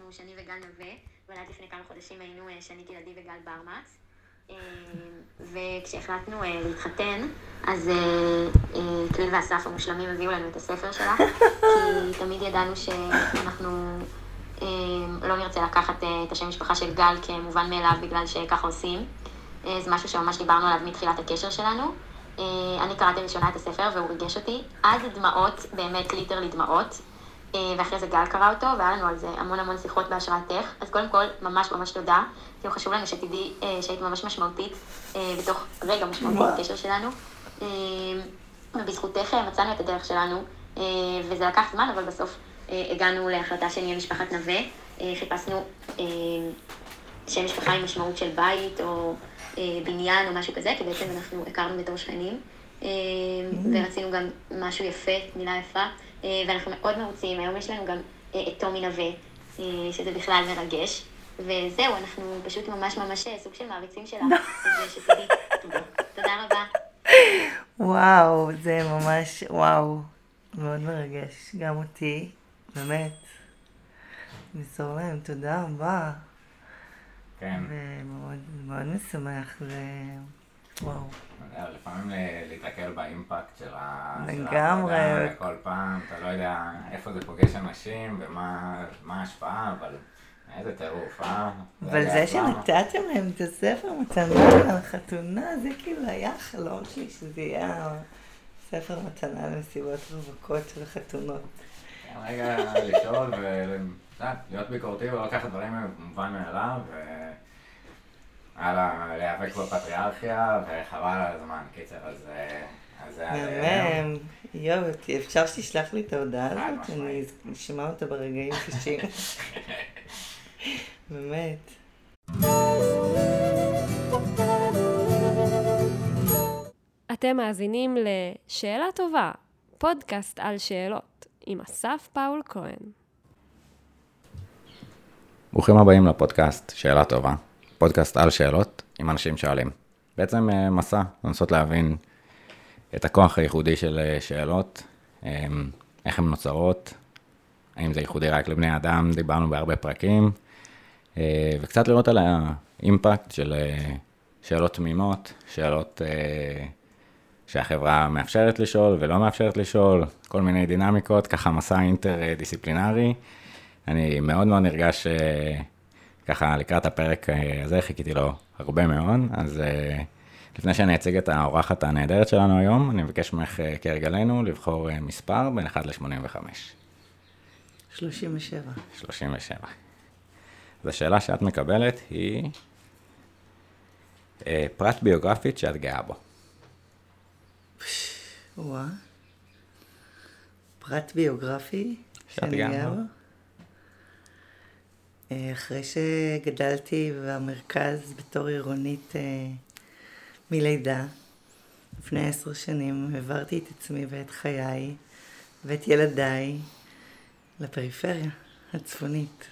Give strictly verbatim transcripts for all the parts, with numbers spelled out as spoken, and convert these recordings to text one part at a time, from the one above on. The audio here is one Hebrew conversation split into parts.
אנחנו שני וגל נווה, ועד לפני כמה חודשים היינו שני גלעדי וגל ברמץ. וכשהחלטנו להתחתן, אז כליל ואסף המושלמים הביאו לנו את הספר שלה, כי תמיד ידענו שאנחנו לא נרצה לקחת את השם משפחה של גל כמובן מאליו בגלל שככה עושים. זה משהו שממש דיברנו עליו מתחילת הקשר שלנו. אני קראתי ראשונה את הספר והוא ריגש אותי, עד דמעות, באמת ליטרלי דמעות, ואחרי זה גל קרא אותו, והיה לנו על זה המון המון שיחות בהשראתך. אז קודם כל, ממש ממש תודה. כי הוא חשוב לנו שתדעי שהיית ממש משמעותית, בתוך רגע משמעותי בקשר שלנו. ובזכותך מצאנו את הדרך שלנו, וזה לקח זמן, אבל בסוף הגענו להחלטה שנהיה משפחת נווה. חיפשנו שם משפחה עם משמעות של בית, או בניין, או משהו כזה, כי בעצם אנחנו הכרנו בתור שכנים. ורצינו גם משהו יפה, מילה יפה. ואנחנו מאוד מרוצים, היום יש לנו גם את תומי נווה, שזה בכלל מרגש, וזהו, אנחנו פשוט ממש ממש סוג של מעריצים שלה, אז שתדעי, תודה רבה. וואו, זה ממש, וואו, מאוד מרגש, גם אותי, באמת, נמסור להם, תודה רבה. כן. ומאוד מאוד משמח, ו... וואו. לפעמים להתעכל באימפקט של לגמרי. כל פעם, אתה לא יודע איפה זה פוגש אנשים ומה ההשפעה, אבל איזה טירוף, אה? אבל זה שנתתם להם את הספר מתנה על החתונה, זה כאילו היה החלום שלי שזה יהיה ספר מתנה למסיבות רווקות של חתונות. רגע, לשאול ולהיות ביקורתי ולא לקחת דברים במובן מאליו, הלאה, להיאבק בפטריארכיה, וחבל על הזמן, קיצר, אז זה היה... מהמם, יואו, אפשר שתשלח לי את ההודעה הזאת, אני אשמע אותה ברגעים קשים. באמת. אתם מאזינים לשאלה טובה, פודקאסט על שאלות, עם אסף פאול כהן. ברוכים הבאים לפודקאסט שאלה טובה. פודקאסט על שאלות עם אנשים שואלים. בעצם מסע, לנסות להבין את הכוח הייחודי של שאלות, איך הן נוצרות, האם זה ייחודי רק לבני אדם, דיברנו בהרבה פרקים, וקצת לראות על האימפקט של שאלות תמימות, שאלות שהחברה מאפשרת לשאול ולא מאפשרת לשאול, כל מיני דינמיקות, ככה מסע אינטר-דיסציפלינרי. אני מאוד מאוד נרגש ככה לקראת הפרק הזה, חיכיתי לו הרבה מאוד, אז לפני שאני אציג את האורחת הנהדרת שלנו היום, אני מבקש ממך כהרגלנו לבחור מספר בין אחד ל-שמונים וחמש. שלושים ושבע. שלושים ושבע. אז השאלה שאת מקבלת היא פרט ביוגרפית שאת גאה בו. וואה. פרט ביוגרפי שאני גאה בו? אחרי שגדלתי במרכז בתור עירונית מלידה, לפני עשר שנים העברתי את עצמי ואת חיי ואת ילדיי לפריפריה הצפונית.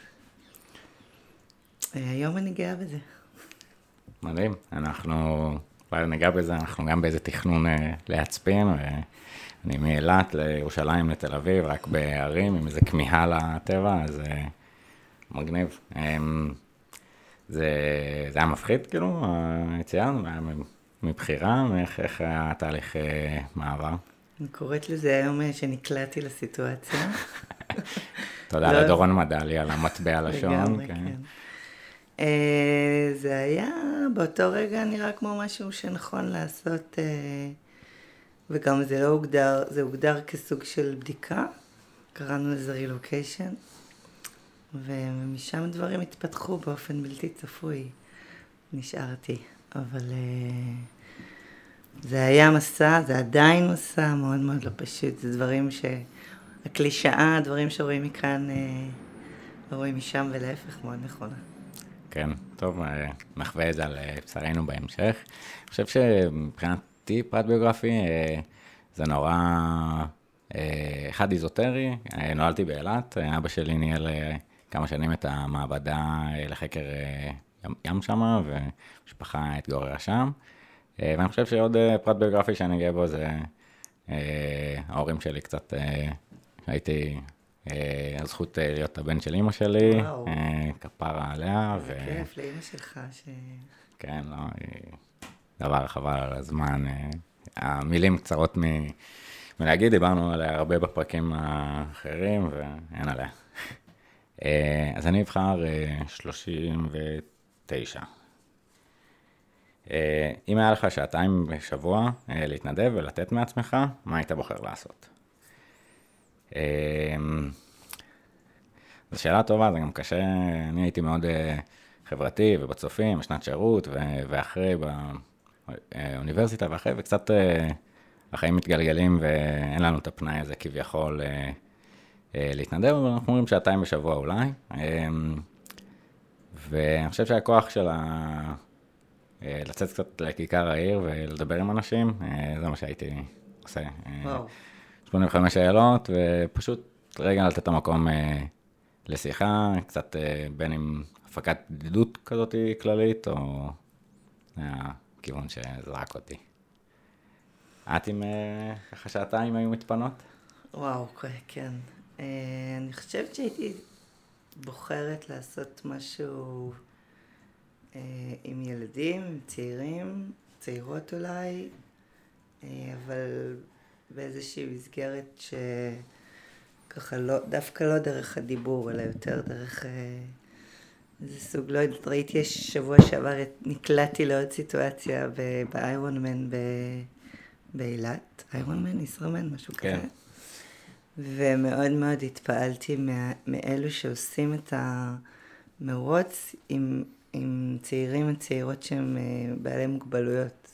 היום אני גאה בזה. מדהים, אנחנו, כבר ניגע בזה, אנחנו גם באיזה תכנון להצפין, ואני מאילת לירושלים לתל אביב, רק בערים עם איזה כמיהה לטבע, אז מגניב. זה, זה היה מפחיד, כאילו, היציאה, מבחירה, איך, איך התהליך מעבר? אני קוראת לזה היום שנקלעתי לסיטואציה. תודה לדורון מדלי על המטבע לשון. לגמרי, כן. זה היה, באותו רגע נראה כמו משהו שנכון לעשות, וגם זה לא הוגדר, זה הוגדר כסוג של בדיקה, קראנו לזה רילוקיישן, ומשם דברים התפתחו באופן בלתי צפוי, נשארתי, אבל זה היה מסע, זה עדיין מסע מאוד מאוד לא פשוט, זה דברים שהקלישאה, הדברים שרואים מכאן, רואים משם ולהפך מאוד נכונה. כן, טוב, נחווה את זה על בשרנו בהמשך. אני חושב שמבחינתי פרט ביוגרפי זה נורא אחד איזוטרי. נולדתי באילת, אבא שלי ניהל כמה שנים את המעבדה לחקר ים, ים שמה, ומשפחה התגוררה שם. ואני חושב שעוד פרט ביוגרפי שאני גאה בו זה ההורים שלי קצת, הייתי הזכות להיות הבן של אמא שלי, וואו. כפרה עליה. זה כיף לאמא שלך ש... כן, לא, דבר חבל על הזמן. המילים קצרות מ... מלהגיד, דיברנו עליה הרבה בפרקים האחרים, ואין עליה. אז אני אבחר שלושים ותשע. אם היה לך שעתיים בשבוע להתנדב ולתת מעצמך, מה היית בוחר לעשות? זו שאלה טובה, זה גם קשה, אני הייתי מאוד חברתי ובצופים, בשנת שירות ואחרי באוניברסיטה ואחרי, וקצת החיים מתגלגלים ואין לנו את הפנאי הזה כביכול להתנדב, אבל אנחנו אומרים שעתיים בשבוע אולי. ואני חושב שהכוח של ה... לצאת קצת לכיכר העיר ולדבר עם אנשים, זה מה שהייתי עושה. וואו. שמונים וחמש שאלות, ופשוט רגע לתת את המקום לשיחה, קצת בין עם הפקת בדידות כזאת כללית, או הכיוון שזרק אותי. את עם ככה שעתיים היו מתפנות? וואו, כן. אני חושבת שהייתי בוחרת לעשות משהו עם ילדים, עם צעירים, צעירות אולי, אבל באיזושהי מסגרת שככה לא, דווקא לא דרך הדיבור, אלא יותר דרך איזה סוג, לא יודעת, ראיתי שבוע שעבר, נקלעתי לעוד סיטואציה באיירון מן באילת, איירון מן, ישרמן, משהו כן. כזה. ומאוד מאוד התפעלתי מאלו שעושים את המרוץ עם, עם צעירים וצעירות שהם בעלי מוגבלויות.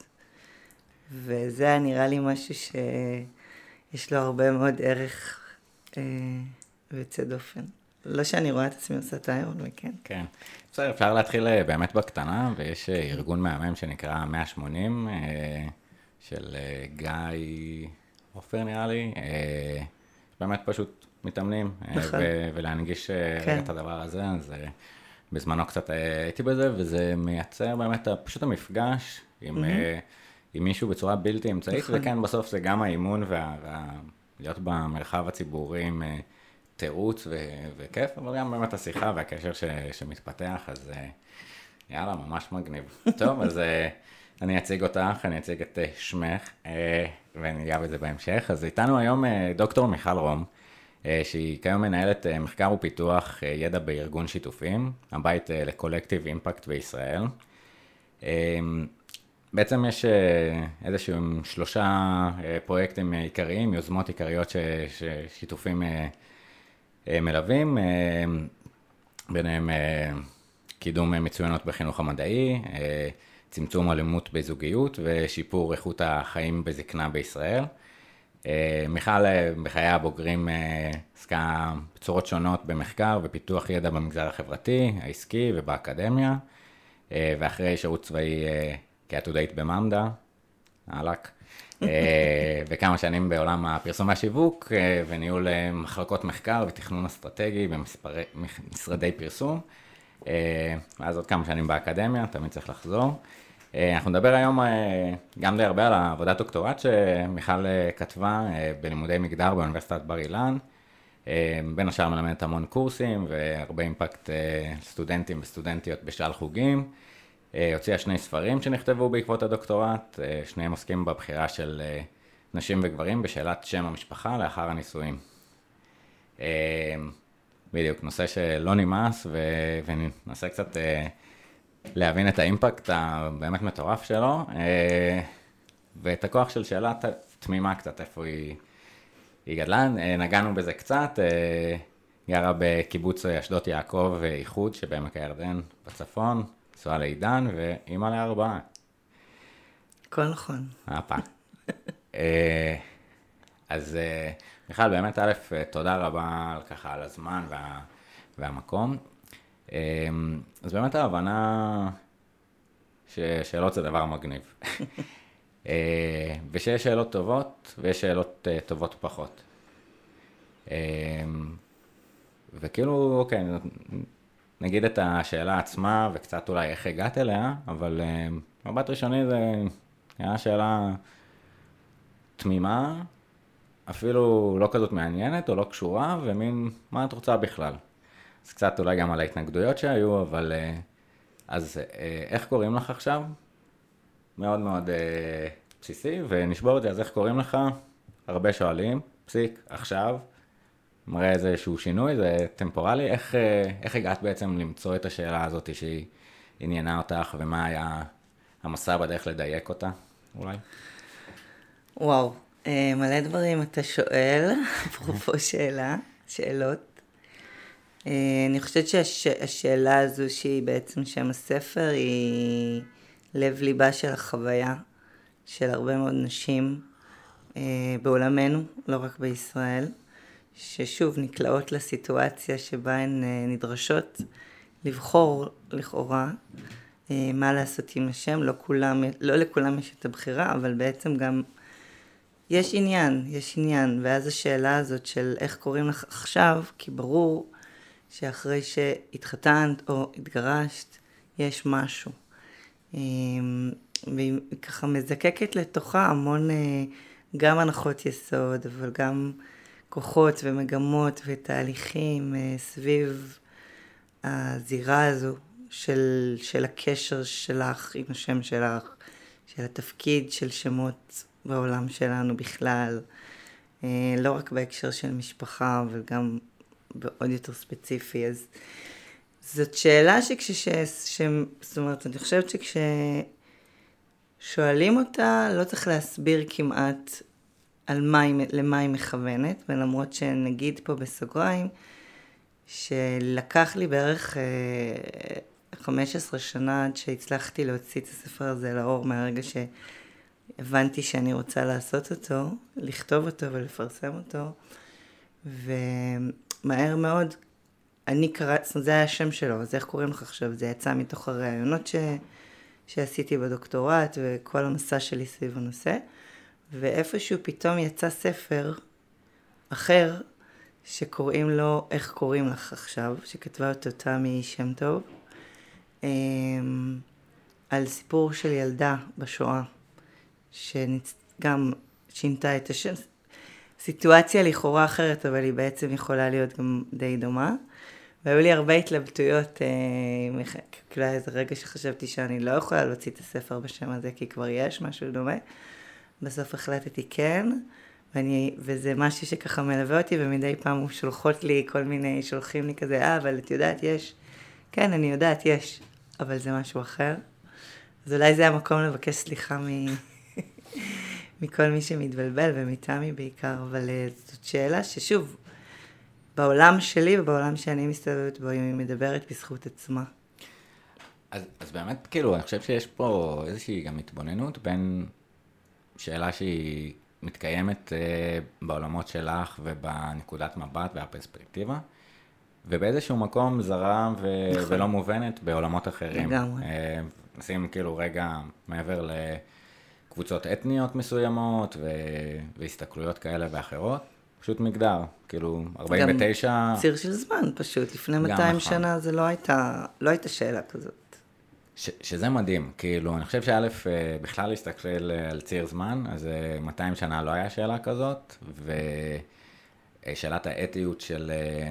וזה היה נראה לי משהו שיש לו הרבה מאוד ערך אה, ויוצא דופן. לא שאני רואה את עצמי עושה את האיירון, וכן. כן. בסדר, אפשר להתחיל באמת בקטנה, ויש ארגון מהמם שנקרא מאה שמונים, אה, של אה, גיא עופר נראה לי, אה, באמת פשוט מתאמנים, נכון. ו- ולהנגיש כן. את הדבר הזה, אז אה, בזמנו קצת הייתי בזה, וזה מייצר באמת פשוט המפגש עם... Mm-hmm. אה, עם מישהו בצורה בלתי אמצעית, נכון. וכן, בסוף זה גם האימון וה... וה... להיות במרחב הציבורי עם תירוץ ו... וכיף, אבל גם באמת השיחה והקשר ש... שמתפתח, אז יאללה, ממש מגניב. טוב, אז אני אציג אותך, אני אציג את שמך, ואני אגע בזה בהמשך. אז איתנו היום דוקטור מיכל רום, שהיא כיום מנהלת מחקר ופיתוח ידע בארגון שיתופים, הבית לקולקטיב אימפקט בישראל. בעצם יש איזשהם שלושה פרויקטים עיקריים, יוזמות עיקריות ששיתופים מלווים, ביניהם קידום מצוינות בחינוך המדעי, צמצום אלימות בזוגיות ושיפור איכות החיים בזקנה בישראל. מיכל בחיי הבוגרים עסקה בצורות שונות במחקר ופיתוח ידע במגזר החברתי, העסקי ובאקדמיה, ואחרי שירות צבאי כעתודאית בממדה, עלק, וכמה שנים בעולם הפרסום והשיווק, וניהול מחלקות מחקר ותכנון אסטרטגי במשרדי פרסום, ואז עוד כמה שנים באקדמיה, תמיד צריך לחזור. אנחנו נדבר היום גם די הרבה על העבודת דוקטורט שמיכל כתבה בלימודי מגדר באוניברסיטת בר אילן, בין השאר מלמדת המון קורסים והרבה אימפקט סטודנטים וסטודנטיות בשאר חוגים. הוציאה שני ספרים שנכתבו בעקבות הדוקטורט, שניהם עוסקים בבחירה של נשים וגברים בשאלת שם המשפחה לאחר הנישואים. בדיוק, נושא שלא נמאס, וננסה קצת להבין את האימפקט הבאמת מטורף שלו, ואת הכוח של שאלה תמימה קצת, איפה היא, היא גדלה. נגענו בזה קצת, גרה בקיבוץ אשדות יעקב איחוד שבעמק הירדן בצפון, נשואה לעידן ואימא לארבעה. הכל נכון. הפה. אז מיכל, באמת א', תודה רבה על ככה, על הזמן וה, והמקום. אז באמת ההבנה ששאלות זה דבר מגניב. ושיש שאלות טובות ויש שאלות טובות פחות. וכאילו, אוקיי, נגיד את השאלה עצמה וקצת אולי איך הגעת אליה, אבל מבט ראשוני זה היה שאלה תמימה, אפילו לא כזאת מעניינת או לא קשורה, ומין, מה את רוצה בכלל? אז קצת אולי גם על ההתנגדויות שהיו, אבל אז איך קוראים לך עכשיו? מאוד מאוד בסיסי, ונשבור את זה, אז איך קוראים לך? הרבה שואלים, פסיק, עכשיו, מראה איזשהו שינוי, זה טמפורלי, איך, איך הגעת בעצם למצוא את השאלה הזאת שהיא עניינה אותך, ומה היה המסע בדרך לדייק אותה, אולי? וואו, מלא דברים אתה שואל, אפרופו שאלה, שאלות. אני חושבת שהשאלה הזו שהיא בעצם שם הספר היא לב ליבה של החוויה של הרבה מאוד נשים בעולמנו, לא רק בישראל, ששוב נקלעות לסיטואציה שבה הן נדרשות לבחור לכאורה מה לעשות עם השם. לא כולם, לא לכולם יש את הבחירה, אבל בעצם גם יש עניין, יש עניין, ואז השאלה הזאת של איך קוראים לך עכשיו, כי ברור שאחרי שהתחתנת או התגרשת, יש משהו. והיא ככה מזקקת לתוכה המון גם הנחות יסוד, אבל גם כוחות ומגמות ותהליכים סביב הזירה הזו של, של הקשר שלך עם השם שלך, של התפקיד של שמות בעולם שלנו בכלל, לא רק בהקשר של משפחה, אבל גם בעוד יותר ספציפי. אז זאת שאלה שכש... ש... זאת אומרת, אני חושבת שכששואלים אותה, לא צריך להסביר כמעט על מה היא, למה היא מכוונת, ולמרות שנגיד פה בסוגריים, שלקח לי בערך חמש עשרה שנה עד שהצלחתי להוציא את הספר הזה לאור, מהרגע שהבנתי שאני רוצה לעשות אותו, לכתוב אותו ולפרסם אותו, ומהר מאוד, אני קראת, זאת אומרת, זה היה השם שלו, אז איך קוראים לך עכשיו? זה יצא מתוך הרעיונות ש, שעשיתי בדוקטורט, וכל המסע שלי סביב הנושא, ואיפשהו פתאום יצא ספר אחר, שקוראים לו איך קוראים לך עכשיו, שכתבה אותו תמי שם טוב, על סיפור של ילדה בשואה, שגם שינתה את השם, סיטואציה לכאורה אחרת, אבל היא בעצם יכולה להיות גם די דומה. והיו לי הרבה התלבטויות, כאילו איזה רגע שחשבתי שאני לא יכולה להוציא את הספר בשם הזה, כי כבר יש משהו דומה. בסוף החלטתי כן, ואני, וזה משהו שככה מלווה אותי, ומדי פעם שולחות לי כל מיני, שולחים לי כזה, אה, אבל את יודעת, יש. כן, אני יודעת, יש, אבל זה משהו אחר. אז אולי זה המקום לבקש סליחה מ... מכל מי שמתבלבל, ומתמי בעיקר, אבל זאת שאלה ששוב, בעולם שלי ובעולם שאני מסתובבת בו, היא מדברת בזכות עצמה. אז, אז באמת, כאילו, אני חושב שיש פה איזושהי גם התבוננות בין שאלה שהיא מתקיימת אה, בעולמות שלך ובנקודת מבט והפרספקטיבה, ובאיזשהו מקום זרה ו- נכון. ולא מובנת בעולמות אחרים. לגמרי. אה, נשים כאילו רגע מעבר לקבוצות אתניות מסוימות ו- והסתכלויות כאלה ואחרות. פשוט מגדר, כאילו ארבעים ותשע... גם ציר של זמן פשוט, לפני מאתיים נכון. שנה זה לא הייתה, לא הייתה שאלה כזאת. ש, שזה מדהים, כאילו אני חושב שא' בכלל להסתכל על ציר זמן, אז מאתיים שנה לא היה שאלה כזאת, ושאלת האתיות של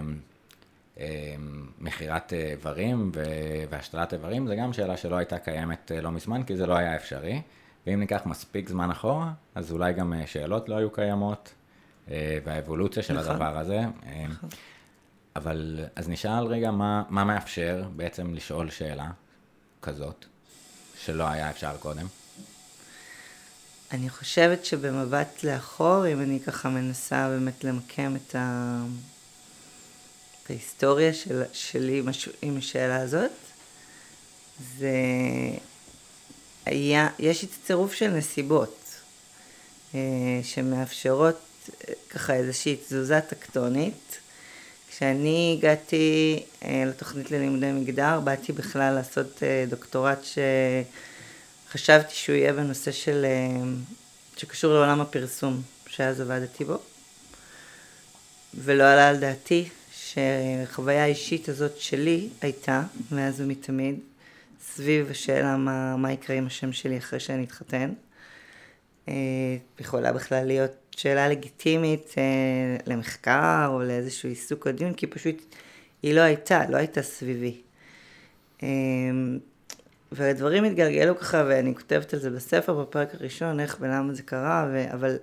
מחירת איברים והשתלת איברים, זה גם שאלה שלא הייתה קיימת לא מזמן, כי זה לא היה אפשרי, ואם ניקח מספיק זמן אחורה, אז אולי גם שאלות לא היו קיימות, והאבולוציה של נכון. הדבר הזה. נכון. אבל אז נשאל רגע מה, מה מאפשר בעצם לשאול שאלה כזאת, שלא היה אפשר קודם? אני חושבת שבמבט לאחור, אם אני ככה מנסה באמת למקם את, ה... את ההיסטוריה של... שלי משהו... עם השאלה הזאת, זה היה, יש צירוף של נסיבות שמאפשרות ככה איזושהי תזוזה טקטונית. כשאני הגעתי לתוכנית ללימודי מגדר, באתי בכלל לעשות דוקטורט שחשבתי שהוא יהיה בנושא של, שקשור לעולם הפרסום, שאז עבדתי בו. ולא עלה על דעתי שחוויה האישית הזאת שלי הייתה, מאז ומתמיד, סביב השאלה מה, מה יקרה עם השם שלי אחרי שאני אתחתן. יכולה בכלל להיות שאלה לגיטימית אה, למחקר או לאיזשהו עיסוק או דיון, כי פשוט היא לא הייתה, לא הייתה סביבי. אה, והדברים התגלגלו ככה, ואני כותבת על זה בספר בפרק הראשון, איך ולמה זה קרה, ו... אבל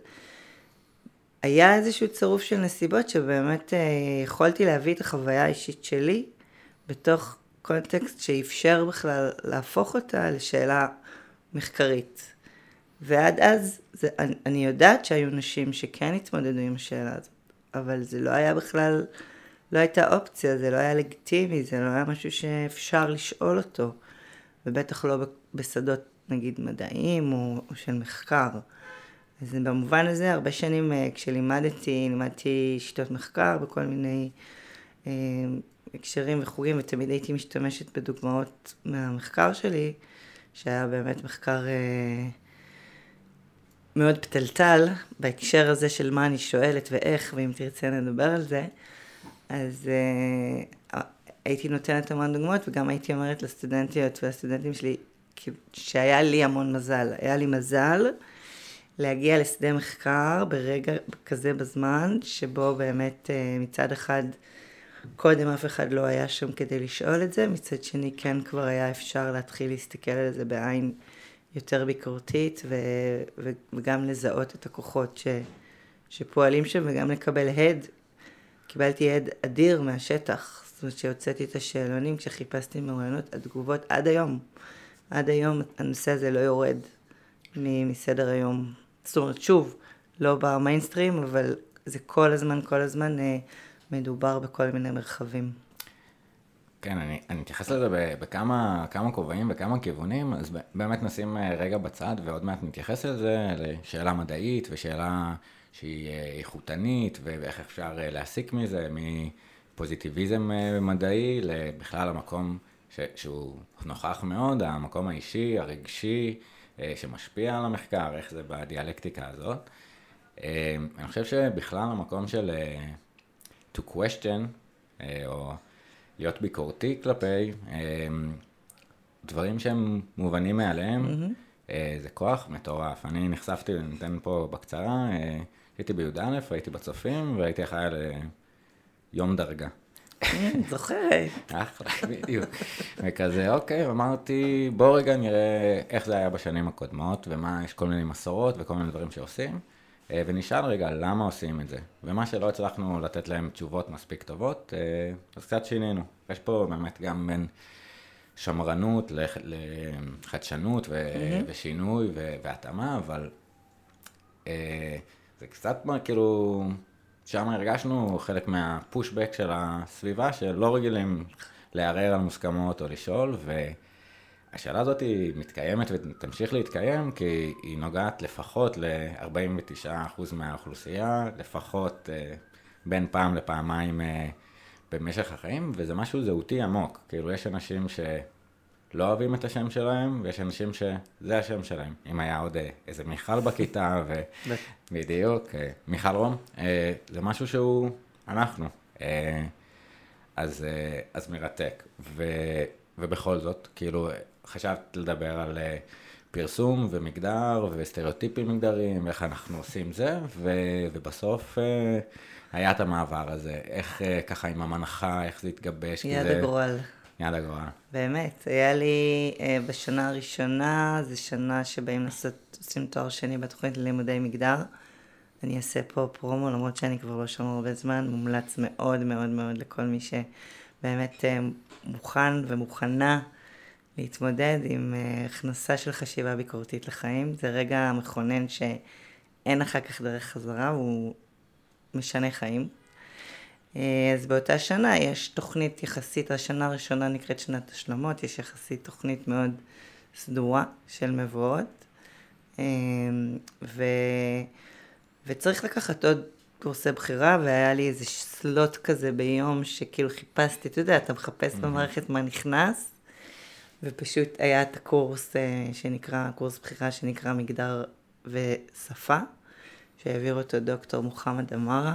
היה איזשהו צירוף של נסיבות שבאמת אה, יכולתי להביא את החוויה האישית שלי, בתוך קונטקסט שאפשר בכלל להפוך אותה לשאלה מחקרית. ועד אז, זה, אני, אני יודעת שהיו נשים שכן התמודדו עם השאלה הזאת, אבל זה לא היה בכלל, לא הייתה אופציה, זה לא היה לגיטימי, זה לא היה משהו שאפשר לשאול אותו, ובטח לא בשדות, נגיד, מדעיים או, או של מחקר. אז במובן הזה, הרבה שנים כשלימדתי, לימדתי שיטות מחקר בכל מיני אה, הקשרים וחוגים, ותמיד הייתי משתמשת בדוגמאות מהמחקר שלי, שהיה באמת מחקר אה, מאוד פתלתל, בהקשר הזה של מה אני שואלת ואיך, ואם תרצה נדבר על זה, אז אה, הייתי נותנת המון דוגמאות, וגם הייתי אומרת לסטודנטיות והסטודנטים שלי, שהיה לי המון מזל, היה לי מזל להגיע לשדה מחקר ברגע כזה בזמן, שבו באמת אה, מצד אחד, קודם אף אחד לא היה שם כדי לשאול את זה, מצד שני כן כבר היה אפשר להתחיל להסתכל על זה בעין יותר ביקורתית, ו, ו, וגם לזהות את הכוחות ש, שפועלים שם, וגם לקבל הד. קיבלתי הד אדיר מהשטח, זאת אומרת שהוצאתי את השאלונים כשחיפשתי מרואיינות, התגובות עד היום, עד היום הנושא הזה לא יורד מסדר היום. זאת אומרת, שוב, לא במיינסטרים, אבל זה כל הזמן, כל הזמן מדובר בכל מיני מרחבים. כן, אני, אני אתייחס לזה בכמה כמה כובעים, בכמה כיוונים, אז באמת נשים רגע בצד, ועוד מעט נתייחס לזה, לשאלה מדעית ושאלה שהיא איכותנית, ואיך אפשר להסיק מזה, מפוזיטיביזם מדעי, בכלל המקום ש, שהוא נוכח מאוד, המקום האישי, הרגשי, שמשפיע על המחקר, איך זה בדיאלקטיקה הזאת. אני חושב שבכלל המקום של to question, או להיות ביקורתי כלפי, דברים שהם מובנים מעליהם, mm-hmm. זה כוח מטורף. אני נחשפתי, ניתן פה בקצרה, הייתי בי"א, הייתי בצופים, והייתי אחראי ליום דרגה. זוכרת. אחלה, בדיוק. וכזה, אוקיי, אמרתי, בוא רגע נראה איך זה היה בשנים הקודמות, ומה, יש כל מיני מסורות וכל מיני דברים שעושים, ונשאל רגע למה עושים את זה. ומה שלא הצלחנו לתת להם תשובות מספיק טובות, אז קצת שינינו. יש פה באמת גם בין שמרנות לחדשנות ושינוי והתאמה, אבל זה קצת כאילו... שם הרגשנו חלק מהפושבק של הסביבה, שלא רגילים לערער על מוסכמות או לשאול, והשאלה הזאת היא מתקיימת ותמשיך להתקיים, כי היא נוגעת לפחות ל-ארבעים ותשעה אחוז מהאוכלוסייה, לפחות בין פעם לפעמיים במשך החיים, וזה משהו זהותי עמוק. כאילו יש אנשים שלא אוהבים את השם שלהם, ויש אנשים שזה השם שלהם. אם היה עוד איזה מיכל בכיתה, ו... בדיוק, מיכל רום, זה משהו שהוא אנחנו, אז, אז מרתק. ו, ובכל זאת, כאילו, חשבת לדבר על פרסום ומגדר וסטריאוטיפים מגדריים, איך אנחנו עושים זה, ו, ובסוף היה את המעבר הזה, איך ככה עם המנחה, איך זה התגבש. יד הגורל. יד הגורל. באמת, היה לי בשנה הראשונה, זו שנה שבאים לעשות, עושים תואר שני בתוכנית ללימודי מגדר. אני אעשה פה פרומו, למרות שאני כבר לא שם הרבה זמן, מומלץ מאוד מאוד מאוד לכל מי שבאמת מוכן ומוכנה להתמודד עם הכנסה של חשיבה ביקורתית לחיים. זה רגע מכונן שאין אחר כך דרך חזרה, והוא משנה חיים. אז באותה שנה יש תוכנית יחסית, השנה הראשונה נקראת שנת השלמות, יש יחסית תוכנית מאוד סדורה של מבואות, ו... וצריך לקחת עוד קורסי בחירה, והיה לי איזה סלוט כזה ביום שכאילו חיפשתי, אתה יודע, אתה מחפש במערכת מה נכנס, ופשוט היה את הקורס שנקרא, קורס בחירה שנקרא מגדר ושפה, שהעביר אותו דוקטור מוחמד אמרה,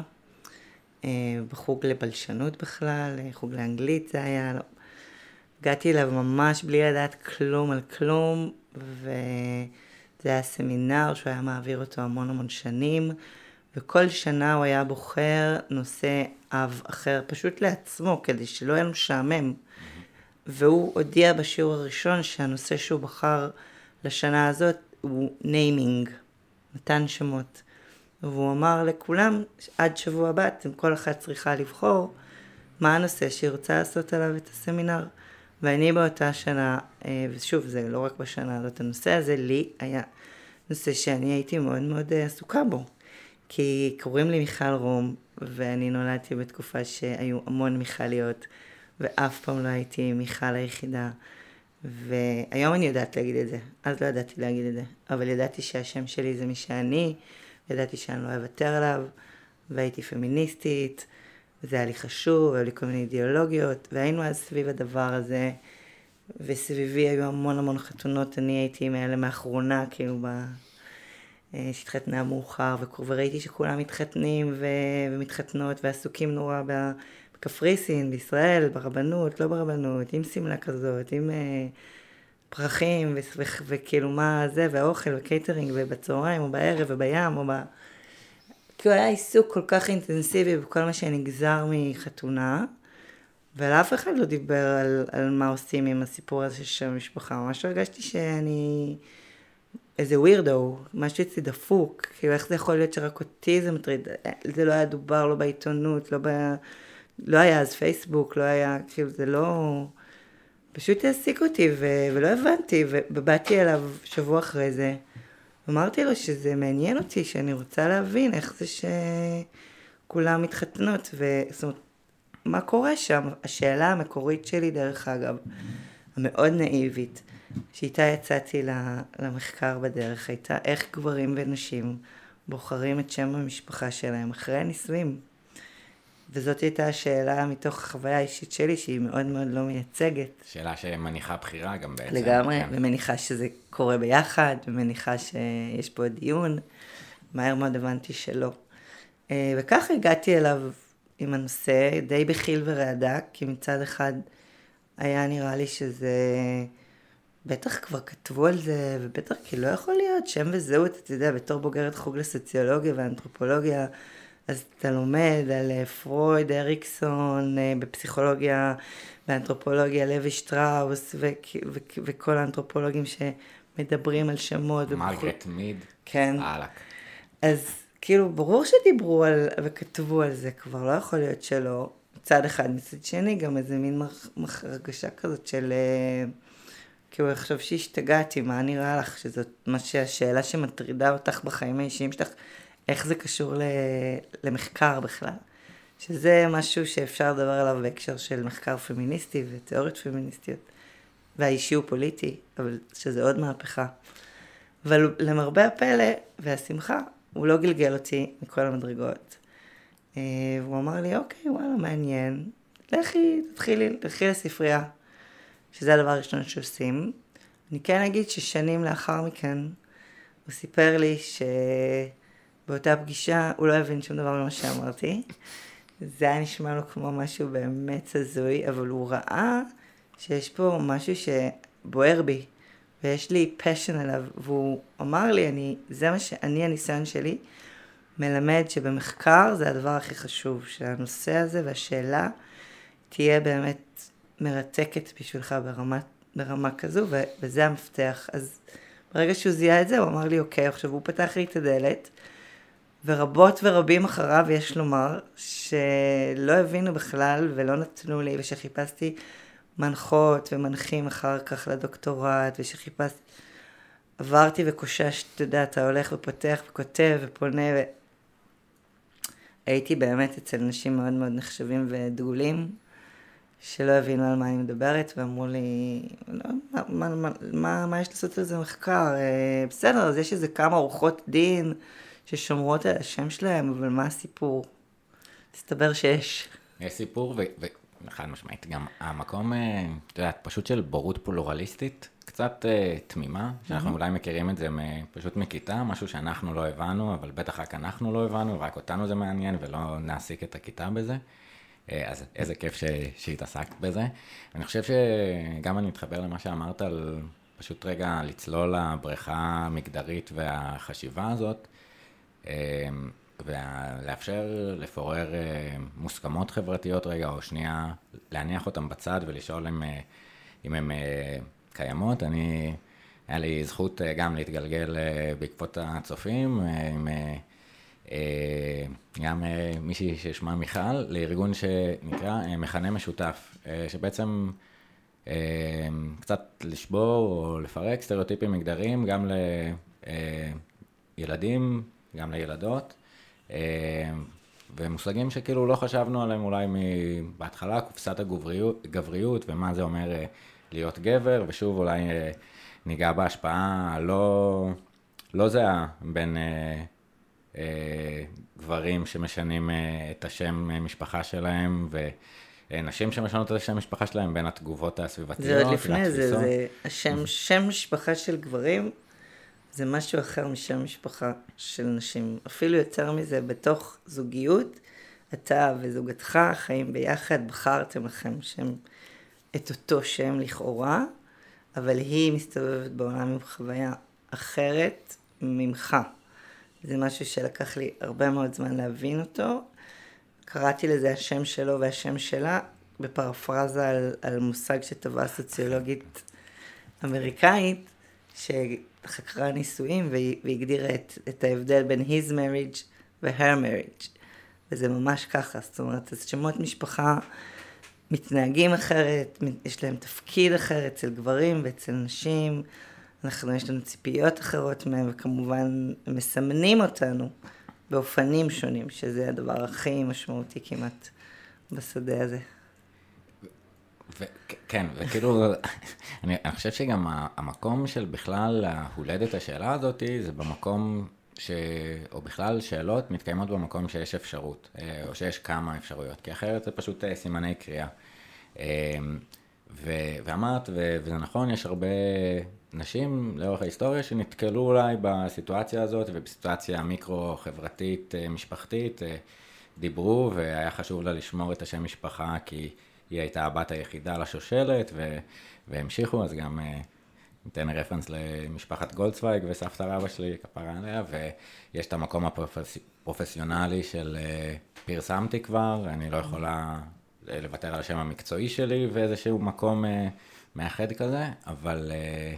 בחוג לבלשנות בכלל, חוג לאנגלית זה היה, לא. הגעתי אליו ממש בלי לדעת כלום על כלום, וזה היה סמינר שהוא היה מעביר אותו המון המון שנים, וכל שנה הוא היה בוחר נושא אב אחר, פשוט לעצמו, כדי שלא יהיה לנו שעמם. והוא הודיע בשיעור הראשון שהנושא שהוא בחר לשנה הזאת הוא ניימינג, מתן שמות. והוא אמר לכולם, עד שבוע הבא, אתם כל אחת צריכה לבחור מה הנושא שהיא רוצה לעשות עליו את הסמינר. ואני באותה שנה, ושוב, זה לא רק בשנה הזאת, הנושא הזה לי היה נושא שאני הייתי מאוד מאוד עסוקה בו. כי קוראים לי מיכל רום, ואני נולדתי בתקופה שהיו המון מיכליות, ואף פעם לא הייתי מיכל היחידה. והיום אני יודעת להגיד את זה, אז לא ידעתי להגיד את זה. אבל ידעתי שהשם שלי זה מי שאני, ידעתי שאני לא אוותר עליו, והייתי פמיניסטית, וזה היה לי חשוב, והיו לי כל מיני אידיאולוגיות, והיינו אז סביב הדבר הזה, וסביבי היו המון המון חתונות, אני הייתי מאלה מאחרונה, כאילו ב... שהתחתנה מאוחר, וראיתי שכולם מתחתנים ו... ומתחתנות, ועסוקים נורא בקפריסין, בישראל, ברבנות, לא ברבנות, עם סמלה כזאת, עם פרחים, ו... ו... וכאילו מה זה, והאוכל, וקייטרינג, ובצהריים, או בערב, ובים, או ב... כי הוא היה עיסוק כל כך אינטנסיבי בכל מה שנגזר מחתונה, ולאף אחד לא דיבר על, על מה עושים עם הסיפור הזה של המשפחה. ממש הרגשתי שאני איזה ווירדו, משהו אצלי דפוק, כאילו איך זה יכול להיות שרק אותי זה מטריד, זה לא היה דובר, לא בעיתונות, לא, ב... לא היה אז פייסבוק, לא היה, כאילו זה לא, פשוט העסיק אותי ו... ולא הבנתי, ובאתי אליו שבוע אחרי זה, אמרתי לו שזה מעניין אותי, שאני רוצה להבין איך זה שכולם מתחתנות, וזאת אומרת, מה קורה שם? השאלה המקורית שלי, דרך אגב, המאוד נאיבית, שאיתה יצאתי למחקר בדרך, הייתה איך גברים ונשים בוחרים את שם המשפחה שלהם אחרי הנישואים. וזאת הייתה השאלה מתוך החוויה האישית שלי, שהיא מאוד מאוד לא מייצגת. שאלה שמניחה בחירה גם בעצם. לגמרי, כן. ומניחה שזה קורה ביחד, ומניחה שיש פה דיון. מהר מאוד הבנתי שלא. וכך הגעתי אליו עם הנושא, די בחיל ורעדה, כי מצד אחד היה נראה לי שזה, בטח כבר כתבו על זה, ובטח כי לא יכול להיות שם וזהות, אתה יודע, בתור בוגרת חוג לסוציולוגיה ואנתרופולוגיה, אז אתה לומד על פרויד, אריקסון, בפסיכולוגיה, באנתרופולוגיה, לוי שטראוס, ו- ו- וכל האנתרופולוגים שמדברים על שמות. מרגרט מיד. כן. אהלק. אז כאילו, ברור שדיברו על, וכתבו על זה, כבר לא יכול להיות שלא. מצד אחד, מצד שני, גם איזה מין הרגשה כזאת של, כאילו, אני חושב שהשתגעתי, מה נראה לך, שזאת מה שהשאלה שמטרידה אותך בחיים האישיים שלך, איך זה קשור למחקר בכלל. שזה משהו שאפשר לדבר עליו בהקשר של מחקר פמיניסטי ותיאוריות פמיניסטיות, והאישי הוא פוליטי, אבל שזה עוד מהפכה. אבל למרבה הפלא והשמחה, הוא לא גלגל אותי מכל המדרגות. והוא אמר לי, אוקיי, וואלה, מעניין. לכי, תתחילי, תתחילי לספרייה, שזה הדבר הראשון שעושים. אני כן אגיד ששנים לאחר מכן, הוא סיפר לי שבאותה פגישה הוא לא הבין שום דבר ממה שאמרתי. זה היה נשמע לו כמו משהו באמת הזוי, אבל הוא ראה שיש פה משהו שבוער בי, ויש לי פשן עליו, והוא אמר לי, אני, זה מה שאני, הניסיון שלי, מלמד שבמחקר זה הדבר הכי חשוב, שהנושא הזה והשאלה תהיה באמת מרתקת בשבילך ברמה, ברמה כזו, ו, וזה המפתח. אז ברגע שהוא זיהה את זה, הוא אמר לי, אוקיי, עכשיו הוא פתח לי את הדלת, ורבות ורבים אחריו יש לומר, שלא הבינו בכלל ולא נתנו לי, ושחיפשתי מנחות ומנחים אחר כך לדוקטורט, ושחיפשתי, עברתי וקושש, אתה יודע, אתה הולך ופותח וכותב ופונה, ו... הייתי באמת אצל נשים מאוד מאוד נחשבים ודגולים, שלא הבינו על מה אני מדברת, ואמרו לי, לא, מה, מה, מה, מה, מה יש לעשות על זה מחקר? בסדר, אז יש איזה כמה עורכות דין ששומרות על השם שלהם, אבל מה הסיפור? מסתבר שיש. יש סיפור, ו... ו... חד משמעית, גם המקום, אתה יודע, פשוט של בורות פלורליסטית, קצת uh, תמימה, שאנחנו אולי מכירים את זה פשוט מכיתה, משהו שאנחנו לא הבנו, אבל בטח רק אנחנו לא הבנו, רק אותנו זה מעניין, ולא נעסיק את הכיתה בזה. Uh, אז איזה כיף ש... שהתעסקת בזה. אני חושב שגם אני מתחבר למה שאמרת על פשוט רגע לצלול לבריכה המגדרית והחשיבה הזאת. Uh, ולאפשר לפורר מוסכמות חברתיות רגע, או שנייה להניח אותם בצד ולשאול אם, אם הם קיימות. אני, היה לי זכות גם להתגלגל בעקבות הצופים, עם גם מישהי ששמה מיכל, לארגון שנקרא מכנה משותף, שבעצם קצת לשבור או לפרק סטריאוטיפים מגדריים, גם לילדים, גם לילדות, ומושגים שכאילו לא חשבנו עליהם אולי בהתחלה, קופסת הגבריות ומה זה אומר להיות גבר, ושוב אולי ניגע בהשפעה הלא לא זהה בין גברים שמשנים את השם משפחה שלהם, ונשים שמשנות את השם משפחה שלהם, בין התגובות הסביבתיות. זה עוד לפני זה, זה השם, שם משפחה של גברים, זה משהו אחר משם משפחה של נשים. אפילו יותר מזה, בתוך זוגיות, אתה וזוגתך חיים ביחד, בחרתם לכם שם, את אותו שם לכאורה, אבל היא מסתובבת בעולם עם חוויה אחרת ממך. זה משהו שלקח לי הרבה מאוד זמן להבין אותו. קראתי לזה השם שלו והשם שלה, בפרפרזה על, על מושג שטבעה סוציולוגית אמריקאית, שחקרה נישואים והגדירה את, את ההבדל בין his marriage ו-her marriage. וזה ממש ככה, זאת אומרת, אז שמות משפחה מתנהגים אחרת, יש להם תפקיד אחר אצל גברים ואצל נשים, אנחנו, יש לנו ציפיות אחרות מהם, וכמובן מסמנים אותנו באופנים שונים, שזה הדבר הכי משמעותי כמעט בשדה הזה. כן, וכאילו, אני, אני חושב שגם המקום של בכלל ההולדת השאלה הזאת, זה במקום ש... או בכלל שאלות מתקיימות במקום שיש אפשרות, או שיש כמה אפשרויות, כי אחרת זה פשוט סימני קריאה. ו... ואמרת, ו... וזה נכון, יש הרבה נשים לאורך ההיסטוריה שנתקלו אולי בסיטואציה הזאת, ובסיטואציה מיקרו-חברתית, משפחתית, דיברו, והיה חשוב לה לשמור את השם משפחה, כי היא הייתה הבת היחידה לשושלת, ו... והמשיכו, אז גם ניתן רפרנס למשפחת גולדצוויג וסבתא רבא שלי, כפרה עליה, ויש את המקום הפרופסיונלי של פרסמתי כבר, אני לא יכולה לוותר על השם המקצועי שלי, ואיזשהו מקום מאחד כזה, אבל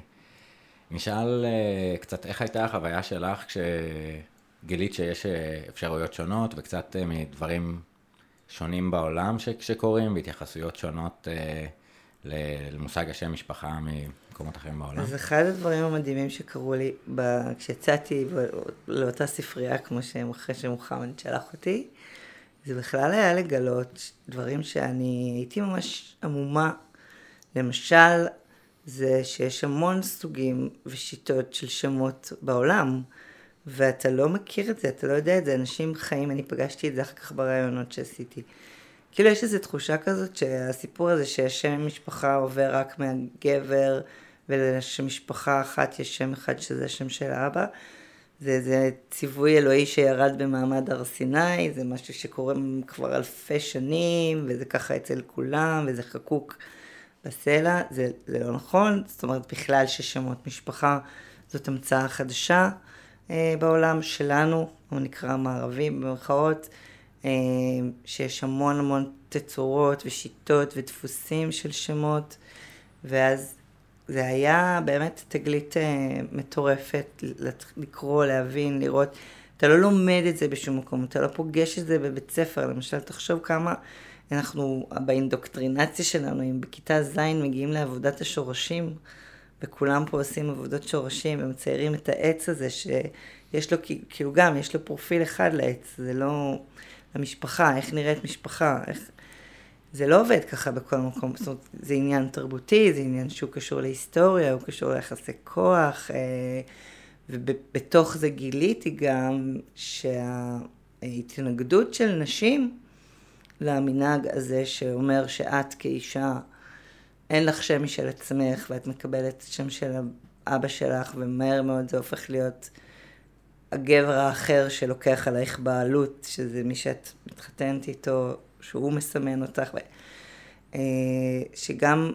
נשאל קצת איך הייתה החוויה שלך כשגילית שיש אפשרויות שונות, וקצת מדברים שונים בעולם שקורים, והתייחסויות שונות למושג השם משפחה ממקומות אחרים בעולם. אז אחד הדברים המדהימים שקרו לי כשיצאתי לאותה ספרייה, כמו שהם אחרי שמוחמד שלח אותי, זה בכלל היה לגלות דברים שאני הייתי ממש עמומה. למשל, זה שיש המון סוגים ושיטות של שמות בעולם, ואתה לא מכיר את זה, אתה לא יודע את זה, אנשים חיים, אני פגשתי את זה אחר כך ברעיונות שעשיתי. כאילו יש איזו תחושה כזאת שהסיפור הזה שהשם משפחה עובר רק מהגבר, ולשמשפחה אחת יש שם אחד שזה שם של האבא, זה, זה ציווי אלוהי שירד במעמד הר סיני, זה משהו שקורה כבר אלפי שנים, וזה ככה אצל כולם, וזה חקוק בסלע, זה, זה לא נכון, זאת אומרת בכלל ששמות משפחה זאת המצאה חדשה אה, בעולם שלנו, הוא נקרא מערבי במרכאות, אה, שיש המון המון תצורות ושיטות ודפוסים של שמות, ואז זה היה באמת תגלית אה, מטורפת, לקרוא, להבין, לראות, אתה לא לומד את זה בשום מקום, אתה לא פוגש את זה בבית ספר, למשל תחשוב כמה אנחנו באינדוקטרינציה שלנו, אם בכיתה זין מגיעים לעבודת השורשים, וכולם פה עושים עבודות שורשים, הם מציירים את העץ הזה, שיש לו, כאילו גם, יש לו פרופיל אחד לעץ, זה לא המשפחה, איך נראית משפחה, איך... זה לא עובד ככה בכל מקום, זאת אומרת, זה עניין תרבותי, זה עניין שהוא קשור להיסטוריה, הוא קשור ליחסי כוח, ובתוך זה גיליתי גם שההתנגדות של נשים למנהג הזה שאומר שאת כאישה אין לך שם משל עצמך, ואת מקבלת שם של אבא שלך, ומהר מאוד זה הופך להיות הגבר האחר שלוקח עלייך בעלות, שזה מי שאת מתחתנת איתו, שהוא מסמן אותך, שגם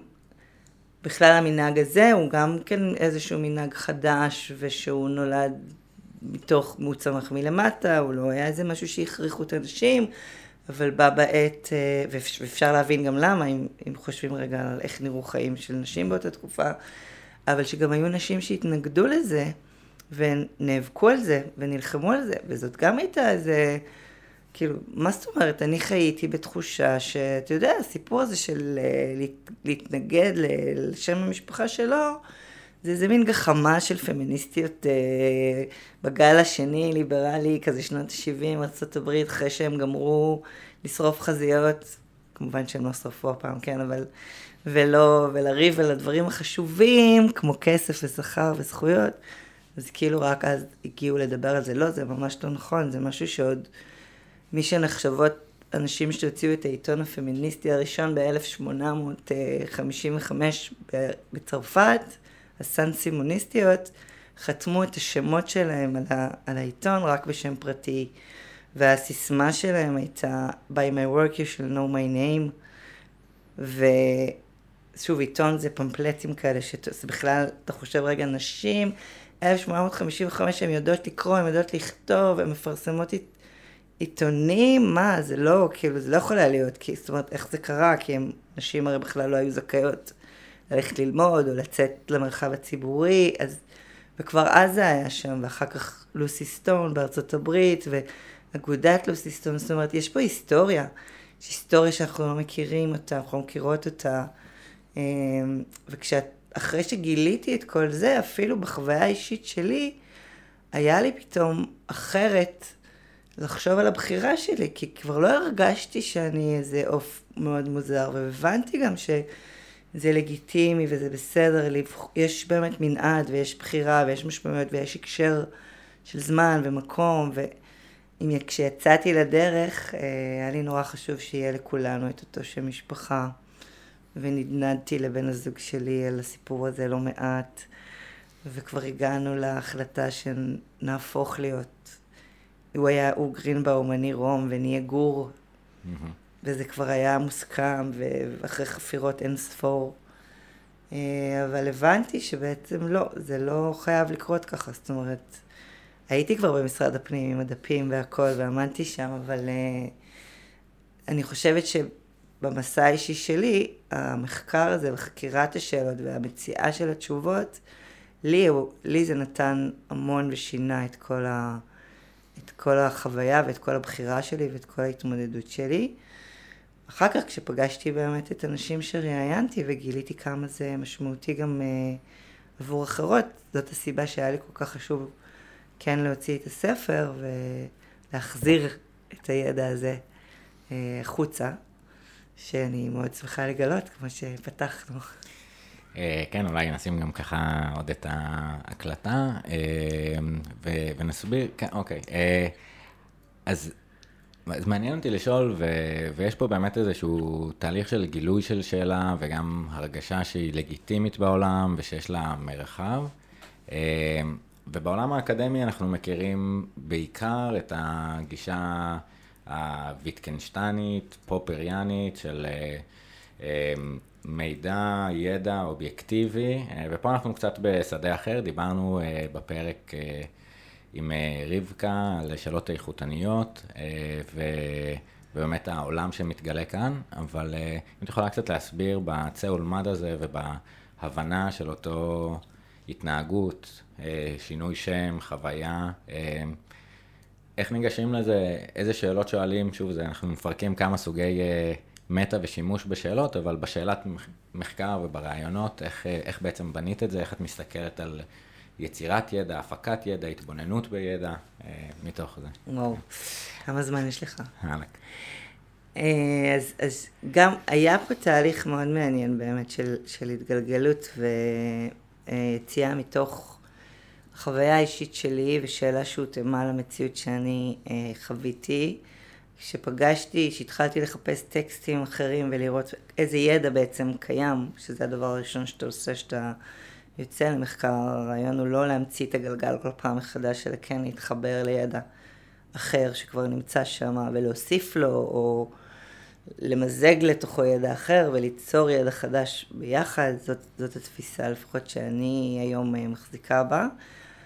בכלל המנהג הזה הוא גם כן איזשהו מנהג חדש, ושהוא נולד מתוך מוצמח מלמטה, הוא לא היה איזה משהו שהכריחו את האנשים, אבל בא בעת, ואפשר להבין גם למה, אם, אם חושבים רגע על איך נראו חיים של נשים באותה תקופה, אבל שגם היו נשים שהתנגדו לזה, ונאבקו על זה, ונלחמו על זה, וזאת גם הייתה איזה, כאילו, מה זאת אומרת? אני חייתי בתחושה שאתה יודע, הסיפור הזה של להתנגד לשם המשפחה שלו, זה איזה מין גחמה של פמיניסטיות אה, בגל השני, ליברלי, כזה שנות ה-שבעים, ארצות הברית, אחרי שהם גמרו לשרוף חזיות, כמובן שהם לא שרפו הפעם, כן, אבל, ולא, ולריב על הדברים החשובים, כמו כסף ושכר וזכויות, אז כאילו רק אז הגיעו לדבר על זה. לא, זה ממש לא נכון, זה משהו שעוד, מי שנחשבות אנשים שהוציאו את העיתון הפמיניסטי הראשון ב-אלף שמונה מאות חמישים וחמש בצרפת, הסן סימוניסטיות, חתמו את השמות שלהם על, ה, על העיתון רק בשם פרטי, והסיסמה שלהם הייתה by my work you shall know my name, ושוב, עיתון זה פמפלטים כאלה, שזה בכלל, אתה חושב רגע, נשים, אלף שמונה מאות חמישים וחמש, הן יודעות לקרוא, הן יודעות לכתוב, הן מפרסמות עית, עיתונים, מה, זה לא, כאילו, זה לא יכול להיות, כי, זאת אומרת, איך זה קרה, כי הם, נשים הרי בכלל לא היו זכאיות ללכת ללמוד או לצאת למרחב הציבורי, אז, וכבר אז זה היה שם, ואחר כך לוסי סטון בארצות הברית, ואגודת לוסי סטון, זאת אומרת, יש פה היסטוריה, יש היסטוריה שאנחנו לא מכירים אותה, אנחנו לא מכירות אותה, וכשאחרי שגיליתי את כל זה, אפילו בחוויה האישית שלי, היה לי פתאום אחרת לחשוב על הבחירה שלי, כי כבר לא הרגשתי שאני איזה אוף מאוד מוזר, והבנתי גם ש... זה לגיטימי וזה בסדר, יש באמת מנעד ויש בחירה ויש משמעויות ויש הקשר של זמן ומקום, וכשיצאתי לדרך, היה לי נורא חשוב שיהיה לכולנו את אותו שם משפחה, ונדנדתי לבן הזוג שלי על הסיפור הזה לא מעט, וכבר הגענו להחלטה שנהפוך להיות, הוא היה, הוא גרינבאום, אני רום, ונהיה גור, mm-hmm. וזה כבר היה מוסכם, ואחרי חפירות אין ספור. אבל הבנתי שבעצם לא, זה לא חייב לקרות ככה. זאת אומרת, הייתי כבר במשרד הפנים עם הדפים והכל, ועמדתי שם, אבל אני חושבת שבמסע האישי שלי, המחקר הזה וחקירת השאלות והמציאה של התשובות, לי, לי זה נתן המון ושינה את כל, ה, את כל החוויה ואת כל הבחירה שלי ואת כל ההתמודדות שלי. אחר כך כשפגשתי באמת את אנשים שראיינתי וגיליתי כמה זה משמעותי גם uh, עבור אחרות, זאת הסיבה שהיה לי כל כך חשוב כן להוציא את הספר ולהחזיר את הידע הזה uh, חוצה, שאני מאוד שמחה לגלות כמו שפתחנו. Uh, כן, אולי נשים גם ככה עוד את ההקלטה uh, ו- ונסביר, כן, אוקיי. Uh, אז... אז מעניין אותי לשאול, ו- ויש פה באמת איזשהו תהליך של גילוי של שאלה, וגם הרגשה שהיא לגיטימית בעולם, ושיש לה מרחב. ובעולם האקדמי אנחנו מכירים בעיקר את הגישה הוויטקנשטיינית, פופריאנית, של מידע, ידע, אובייקטיבי, ופה אנחנו קצת בשדה אחר, דיברנו בפרק עם רבקה על שאלות איכותניות, ובאמת העולם שמתגלה כאן, אבל אם את יכולה קצת להסביר בצא ולמד הזה ובהבנה של אותו התנהגות, שינוי שם, חוויה, איך ניגשים לזה, איזה שאלות שואלים, שוב, זה, אנחנו מפרקים כמה סוגי מטה ושימוש בשאלות, אבל בשאלת מחקר וברעיונות, איך, איך בעצם בנית את זה, איך את מסתכלת על יצירת ידע, הפקת ידע, התבוננות בידע, אה, מתוך זה. וואו, כמה זמן יש לך? הלק. אה, אז, אז גם היה פה תהליך מאוד מעניין באמת של, של התגלגלות ויציאה מתוך החוויה האישית שלי ושאלה שהותאמה למציאות שאני אה, חוויתי, כשפגשתי, שהתחלתי לחפש טקסטים אחרים ולראות איזה ידע בעצם קיים, שזה הדבר הראשון שאתה עושה, שאתה יוצא למחקר. הרעיון הוא לא להמציא את הגלגל כל פעם מחדש, אלא כן להתחבר לידע אחר שכבר נמצא שם ולהוסיף לו, או למזג לתוכו ידע אחר וליצור ידע חדש ביחד. זאת, זאת התפיסה לפחות שאני היום מחזיקה בה.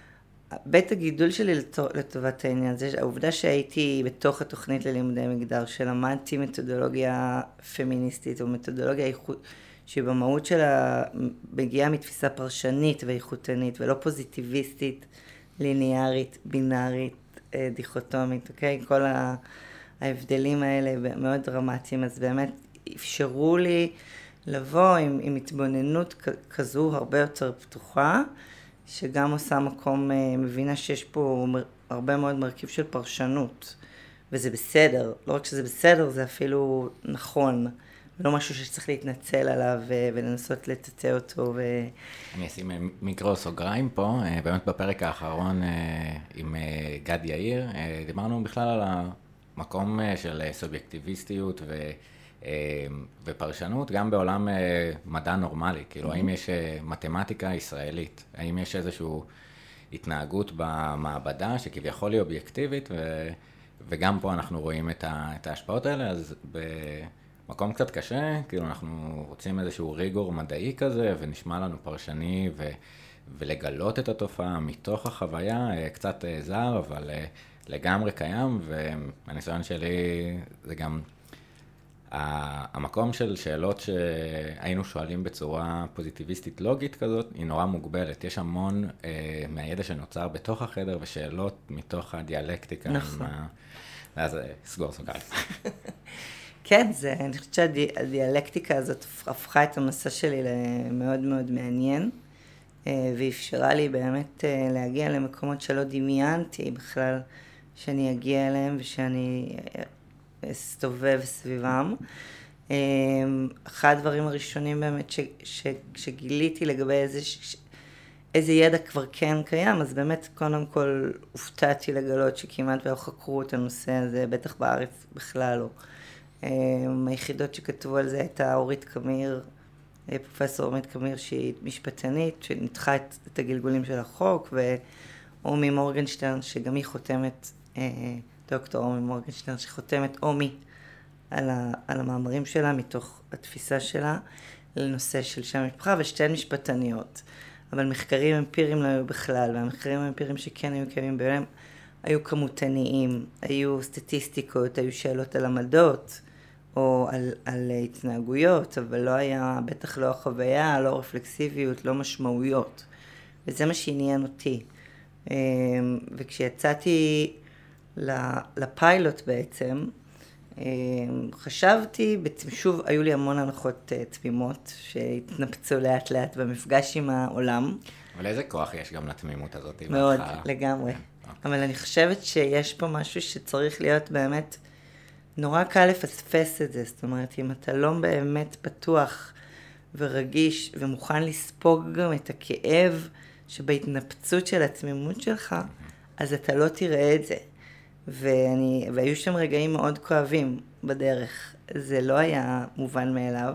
בית הגידול שלי לטובת העניין, זה העובדה שהייתי בתוך התוכנית ללימודי מגדר, שלמדתי מתודולוגיה פמיניסטית, או מתודולוגיה איכות, שבמהות שלה מגיעה מתפיסה פרשנית ואיכותנית, ולא פוזיטיביסטית, ליניארית, בינארית, דיכוטומית, אוקיי? כל ההבדלים האלה מאוד דרמטיים, אז באמת אפשרו לי לבוא עם, עם התבוננות כזו הרבה יותר פתוחה, שגם עושה מקום, מבינה שיש פה הרבה מאוד מרכיב של פרשנות, וזה בסדר, לא רק שזה בסדר, זה אפילו נכון, ולא משהו שצריך להתנצל עליו ולנסות לטאטא אותו. ו... אני אשים מיקרו סוגריים פה, באמת בפרק האחרון עם גד יאיר, דיברנו בכלל על המקום של סובייקטיביסטיות ו... ופרשנות גם בעולם מדע נורמלי, כאילו האם יש מתמטיקה ישראלית, האם יש איזושהי התנהגות במעבדה שכביכול היא אובייקטיבית, ו... וגם פה אנחנו רואים את, ה... את ההשפעות האלה, אז במקום קצת קשה, כאילו אנחנו רוצים איזשהו ריגור מדעי כזה, ונשמע לנו פרשני, ו... ולגלות את התופעה מתוך החוויה, קצת זר, אבל לגמרי קיים, והניסיון שלי זה גם... המקום של שאלות שהיינו שואלים בצורה פוזיטיביסטית לוגית כזאת, היא נורא מוגבלת. יש המון אה, מהידע שנוצר בתוך החדר, ושאלות מתוך הדיאלקטיקה. נכון. ה... אז סגור סוגריים. כן, זה, אני חושבת שהדיאלקטיקה הזאת הפכה את המסע שלי למאוד מאוד מעניין, אה, ואפשרה לי באמת אה, להגיע למקומות שלא דמיינתי בכלל שאני אגיע אליהם, ושאני... אסתובב סביבם. אחד הדברים הראשונים באמת ש, ש, שגיליתי לגבי איזה, ש, איזה ידע כבר כן קיים, אז באמת קודם כל הופתעתי לגלות שכמעט ולא חקרו את הנושא הזה, בטח בארץ בכלל לא. היחידות שכתבו על זה הייתה אורית קמיר, פרופסור אורית קמיר שהיא משפטנית, שניתחה את, את הגלגולים של החוק, ואומי מורגנשטרן שגם היא חותמת, דוקטור אומי מורגנשטרן שחותמת אומי על, ה, על המאמרים שלה מתוך התפיסה שלה לנושא של שם משפחה, ושתיהן משפטניות. אבל מחקרים אמפיריים לא היו בכלל, והמחקרים האמפיריים שכן היו קיימים בהם היו כמותניים, היו סטטיסטיקות, היו שאלות על עמדות או על, על התנהגויות, אבל לא היה, בטח לא החוויה, לא רפלקסיביות, לא משמעויות. וזה מה שעניין אותי. וכשיצאתי לפיילוט בעצם, חשבתי, שוב היו לי המון הנחות תמימות שהתנפצו לאט לאט במפגש עם העולם. אבל איזה כוח יש גם לתמימות הזאת? מאוד, לגמרי. אבל אני חושבת שיש פה משהו שצריך להיות באמת נורא קל לפספס את זה. זאת אומרת, אם אתה לא באמת פתוח ורגיש ומוכן לספוג גם את הכאב שבהתנפצות של התמימות שלך, אז אתה לא תראה את זה. ואני, והיו שם רגעים מאוד כואבים בדרך. זה לא היה מובן מאליו.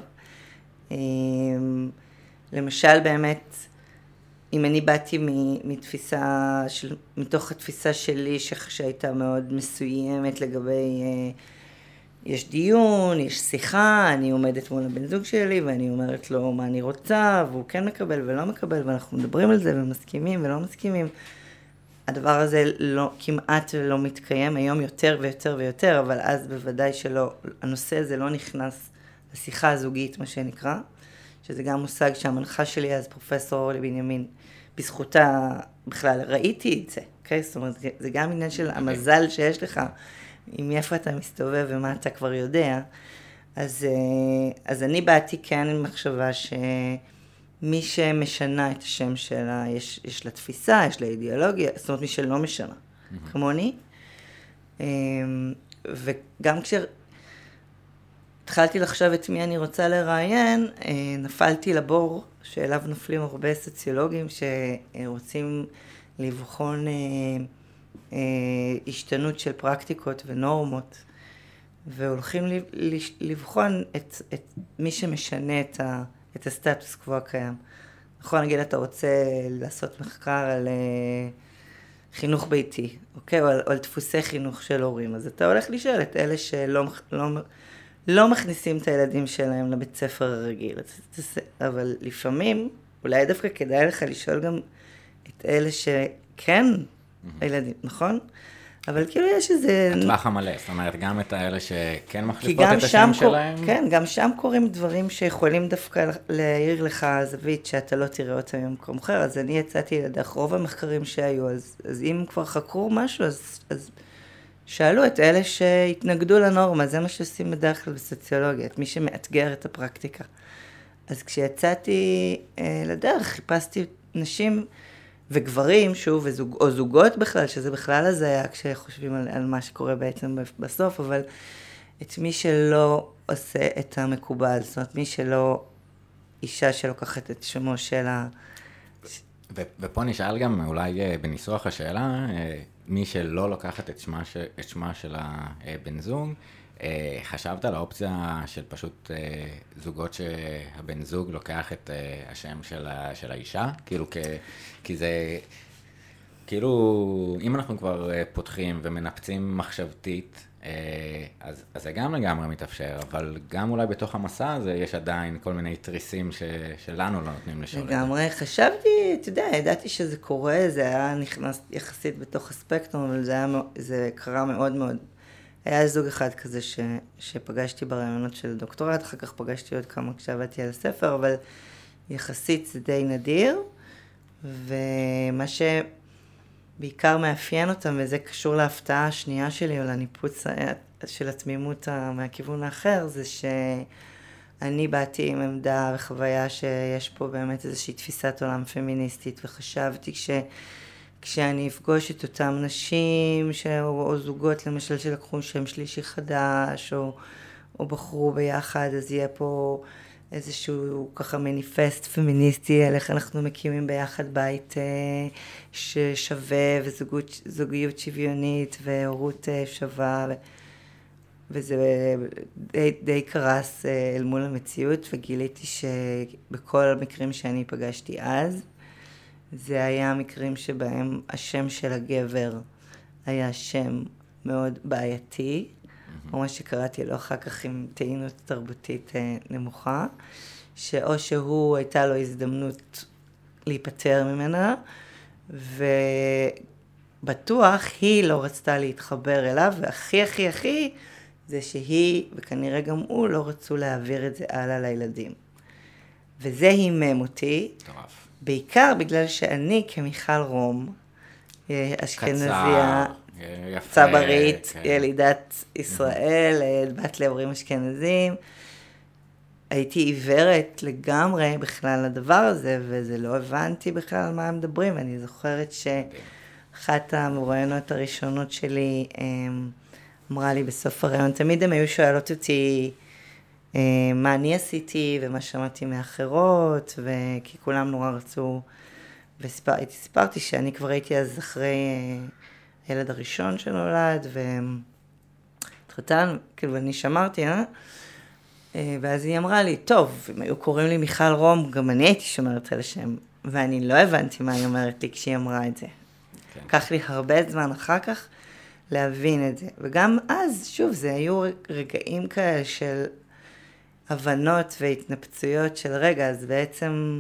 למשל, באמת, אם אני באתי מתפיסה, של, מתוך התפיסה שלי שהייתה מאוד מסוימת לגבי, יש דיון, יש שיחה, אני עומדת מול הבן זוג שלי ואני אומרת לו מה אני רוצה, והוא כן מקבל ולא מקבל, ואנחנו מדברים על זה ומסכימים ולא מסכימים. הדבר הזה לא, כמעט לא מתקיים, היום יותר ויותר ויותר, אבל אז בוודאי שלא, הנושא הזה לא נכנס לשיחה הזוגית, מה שנקרא, שזה גם מושג שהמנחה שלי אז, פרופסור אורלי בנימין, בזכותה בכלל ראיתי את זה, אוקיי? זאת אומרת, זה גם עניין של המזל שיש לך, עם איפה אתה מסתובב ומה אתה כבר יודע. אז, אז אני באתי כן עם מחשבה ש... מי שמשנה את השם שלה, יש, יש לה תפיסה, יש לה אידיאולוגיה, זאת אומרת, מי שלא משנה, mm-hmm. כמוני. וגם כשהתחלתי לחשוב את מי אני רוצה לראיין, נפלתי לבור שאליו נופלים הרבה סוציולוגים שרוצים לבחון השתנות של פרקטיקות ונורמות, והולכים לבחון את, את מי שמשנה את ה... את הסטטוס קוו הקיים. נכון, נגיד, אתה רוצה לעשות מחקר על חינוך ביתי, אוקיי? או על, או על דפוסי חינוך של הורים. אז אתה הולך לשאול את אלה שלא לא, לא מכניסים את הילדים שלהם לבית ספר הרגיל. אבל לפעמים, אולי דווקא כדאי לך לשאול גם את אלה כן, הילדים, נכון? אבל כאילו יש איזה... הטווח המלא, זאת אומרת, גם את האלה שכן מחליפות את השם קור... שלהם. כן, גם שם קורים דברים שיכולים דווקא להעיר לך זווית שאתה לא תראה אותם במקום אחר. אז אני יצאתי לדרך רוב המחקרים שהיו, אז, אז אם כבר חקרו משהו, אז, אז שאלו את אלה שהתנגדו לנורמה, זה מה שעושים בדרך כלל בסוציולוגיה, את מי שמאתגר את הפרקטיקה. אז כשיצאתי אה, לדרך, חיפשתי נשים... וגברים, שוב, וזוג, או זוגות בכלל, שזה בכלל הזה היה כשחושבים על, על מה שקורה בעצם בסוף, אבל את מי שלא עושה את המקובל, זאת אומרת, מי שלא, אישה שלוקחת את שמו של ה... ו- ופה נשאל גם, אולי בניסוח השאלה, מי שלא לוקחת את שמה, ש- את שמה של הבן זוג, חשבת על האופציה של פשוט זוגות שהבן זוג לוקח את השם של, ה- של האישה? כאילו, כ- כי זה, כאילו, אם אנחנו כבר פותחים ומנפצים מחשבתית, אז, אז זה גם לגמרי מתאפשר, אבל גם אולי בתוך המסע הזה יש עדיין כל מיני תריסים ש, שלנו לא נותנים לשאול. לגמרי, חשבתי, אתה יודע, ידעתי שזה קורה, זה היה נכנס יחסית בתוך הספקטרום, אבל זה, היה, זה קרה מאוד מאוד. היה זוג אחד כזה ש, שפגשתי ברעיונות של דוקטורט, אחר כך פגשתי עוד כמה כשעבדתי על הספר, אבל יחסית זה די נדיר, ומה שבעיקר מאפיין אותם, וזה קשור להפתעה השנייה שלי, או לניפוץ של התמימות מהכיוון האחר, זה שאני באתי עם עמדה וחוויה שיש פה באמת איזושהי תפיסת עולם פמיניסטית, וחשבתי כש... כשאני אפגוש את אותם נשים, ש... או זוגות למשל שלקחו שם שלישי חדש, או, או בחרו ביחד, אז יהיה פה איזשהו ככה מניפסט פמיניסטי, על איך אנחנו מקימים ביחד בית ששווה, וזוגיות שוויונית, והורות שווה, ו... וזה די, די קרס אל מול המציאות, וגיליתי שבכל המקרים שאני פגשתי אז, זה היה מקרים שבהם השם של הגבר היה שם מאוד בעייתי, או מה שקראתי לו אחר כך עם טעינות תרבותית נמוכה, שאו שהוא הייתה לו הזדמנות להיפטר ממנה, ובטוח היא לא רצתה להתחבר אליו, והכי הכי הכי זה שהיא, וכנראה גם הוא, לא רצו להעביר את זה הלאה לילדים. וזה הימם אותי. טוב. בעיקר בגלל שאני כמיכל רום, אשכנזיה, צברית, כן. ילידת ישראל, בת להורים אשכנזים, הייתי עיוורת לגמרי בכלל לדבר הזה, וזה לא הבנתי בכלל על מה הם מדברים. אני זוכרת שאחת המרואיינות הראשונות שלי אמרה לי בסוף הרעיון, תמיד הם היו שואלות אותי, מה אני עשיתי ומה שמעתי מאחרות, וכי כולם נורא רצו, וסיפרתי סיפרתי שאני כבר הייתי אז אחרי הילד הראשון שנולד, והתחתן, כאילו אני שמרתי, אה? ואז היא אמרה לי, טוב, אם היו קוראים לי מיכל רום, גם אני הייתי שומרת על השם, ואני לא הבנתי מה היא אומרת לי כשהיא אמרה את זה. כן. לקח לי הרבה זמן אחר כך להבין את זה, וגם אז, שוב, זה היו רגעים כאלה של הבנות והתנפצויות של רגע, אז בעצם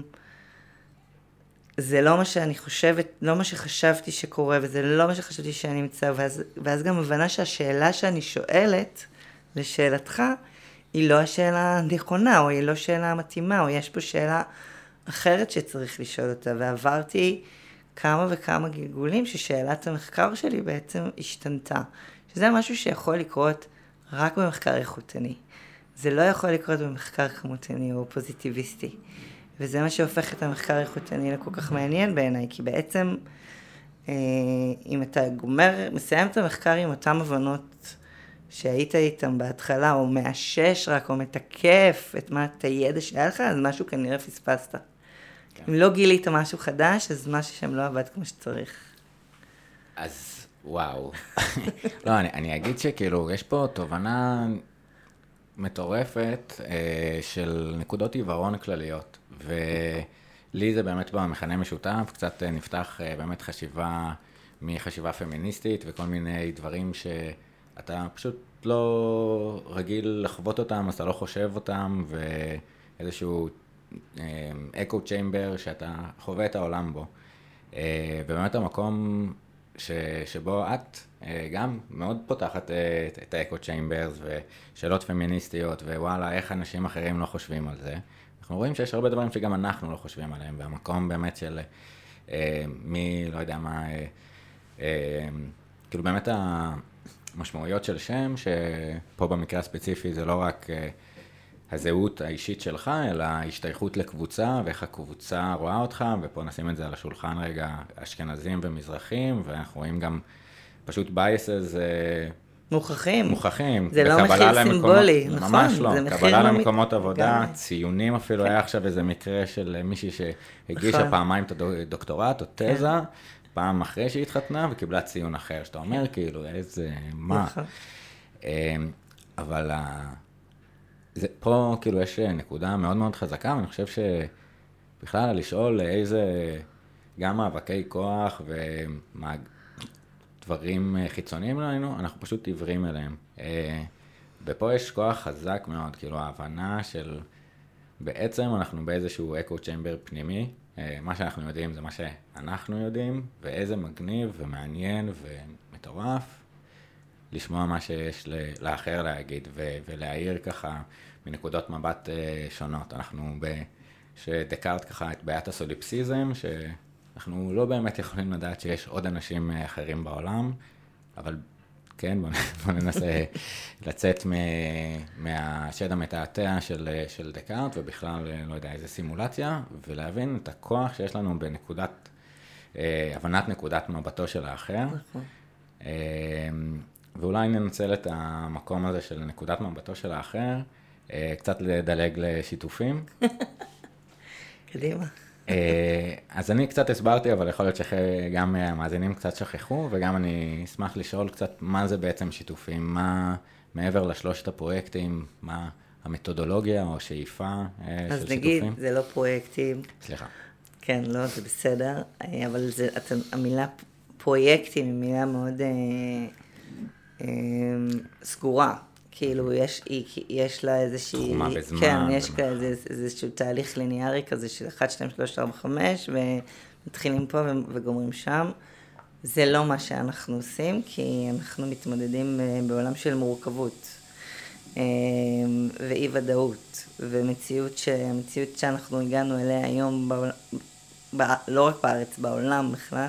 זה לא מה שאני חושבת, לא מה שחשבתי שקורה, וזה לא מה שחשבתי שאני אמצא, ואז, ואז גם הבנה שהשאלה שאני שואלת לשאלתך, היא לא השאלה הנכונה, או היא לא שאלה מתאימה, או יש פה שאלה אחרת שצריך לשאול אותה, ועברתי כמה וכמה גלגולים ששאלת המחקר שלי בעצם השתנתה, שזה משהו שיכול לקרות רק במחקר איכותני. זה לא יכול לקרות במחקר כמותני או פוזיטיביסטי. וזה מה שהופך את המחקר האיכותני לכל כך מעניין בעיניי, כי בעצם, אה, אם אתה גומר, מסיים את המחקר עם אותם הבנות שהיית איתם בהתחלה, או מאשש רק, או מתקף את מה, את הידע שהיה לך, אז משהו כנראה פספסת. כן. אם לא גילית משהו חדש, אז משהו שם לא עבד כמו שצריך. אז וואו. לא, אני, אני אגיד שכאילו, יש פה תובנה מטורפת אה, של נקודות עיוורון כלליות, ולי זה באמת במכנה משותף, קצת נפתח אה, באמת חשיבה מחשיבה פמיניסטית, וכל מיני דברים שאתה פשוט לא רגיל לחוות אותם, אז אתה לא חושב אותם, ואיזשהו אקו צ'יימבר שאתה חווה את העולם בו. ובאמת המקום ש, שבו את גם מאוד פותחת את, את האקו צ'יימברס ושאלות פמיניסטיות, ווואלה, איך אנשים אחרים לא חושבים על זה. אנחנו רואים שיש הרבה דברים שגם אנחנו לא חושבים עליהם, והמקום באמת של אה, מי, לא יודע מה, אה, אה, כאילו באמת המשמעויות של שם, שפה במקרה הספציפי זה לא רק אה, הזהות האישית שלך, אלא השתייכות לקבוצה, ואיך הקבוצה רואה אותך, ופה נשים את זה על השולחן רגע, אשכנזים ומזרחים, ואנחנו רואים גם פשוט biases, מוכחים. מוכחים. זה לא מחיר סימבולי, נכון? ממש לא. קבלה למקומות עבודה, ציונים אפילו, היה עכשיו איזה מקרה של מישהי שהגישה פעמיים את הדוקטורט או תזה, פעם אחרי שהיא התחתנה וקיבלה ציון אחר, שאתה אומר כאילו, איזה, מה. אבל פה כאילו יש נקודה מאוד מאוד חזקה, ואני חושב שבכלל לשאול איזה, גם מאבקי כוח ומאג... דברים חיצוניים לנו, אנחנו פשוט עיוורים אליהם. ופה יש כוח חזק מאוד, כאילו ההבנה של בעצם אנחנו באיזשהו אקו צ'יימבר פנימי, מה שאנחנו יודעים זה מה שאנחנו יודעים, ואיזה מגניב ומעניין ומטורף לשמוע מה שיש לאחר להגיד ולהעיר ככה מנקודות מבט שונות. אנחנו, שדקארט ככה את בעיית הסוליפסיזם, ש... אנחנו לא באמת יכולים לדעת שיש עוד אנשים אחרים בעולם, אבל כן, בוא, בוא ננסה לצאת מהשד המתעתע של, של דקארט, ובכלל, לא יודע, איזה סימולציה, ולהבין את הכוח שיש לנו בנקודת, הבנת נקודת מבטו של האחר. נכון. ואולי ננצל את המקום הזה של נקודת מבטו של האחר, קצת לדלג לשיתופים. קדימה. אז אני קצת הסברתי, אבל יכול להיות שגם המאזינים קצת שכחו, וגם אני אשמח לשאול קצת מה זה בעצם שיתופים, מה מעבר לשלושת הפרויקטים, מה המתודולוגיה או שאיפה של שיתופים. אז נגיד, זה לא פרויקטים. סליחה. כן, לא, זה בסדר, אבל זה, אתה, המילה פרויקטים היא מילה מאוד אה, אה, סגורה. כאילו, יש, יש לה איזושהי... תחומה בזמן. כן, יש כזה איזשהו תהליך ליניארי כזה של אחת, שתיים, שלוש, ארבע, חמש, ומתחילים פה וגומרים שם. זה לא מה שאנחנו עושים, כי אנחנו מתמודדים בעולם של מורכבות ואי ודאות, ומציאות שהמציאות שאנחנו הגענו אליה היום, בעולם, לא רק בארץ, בעולם בכלל,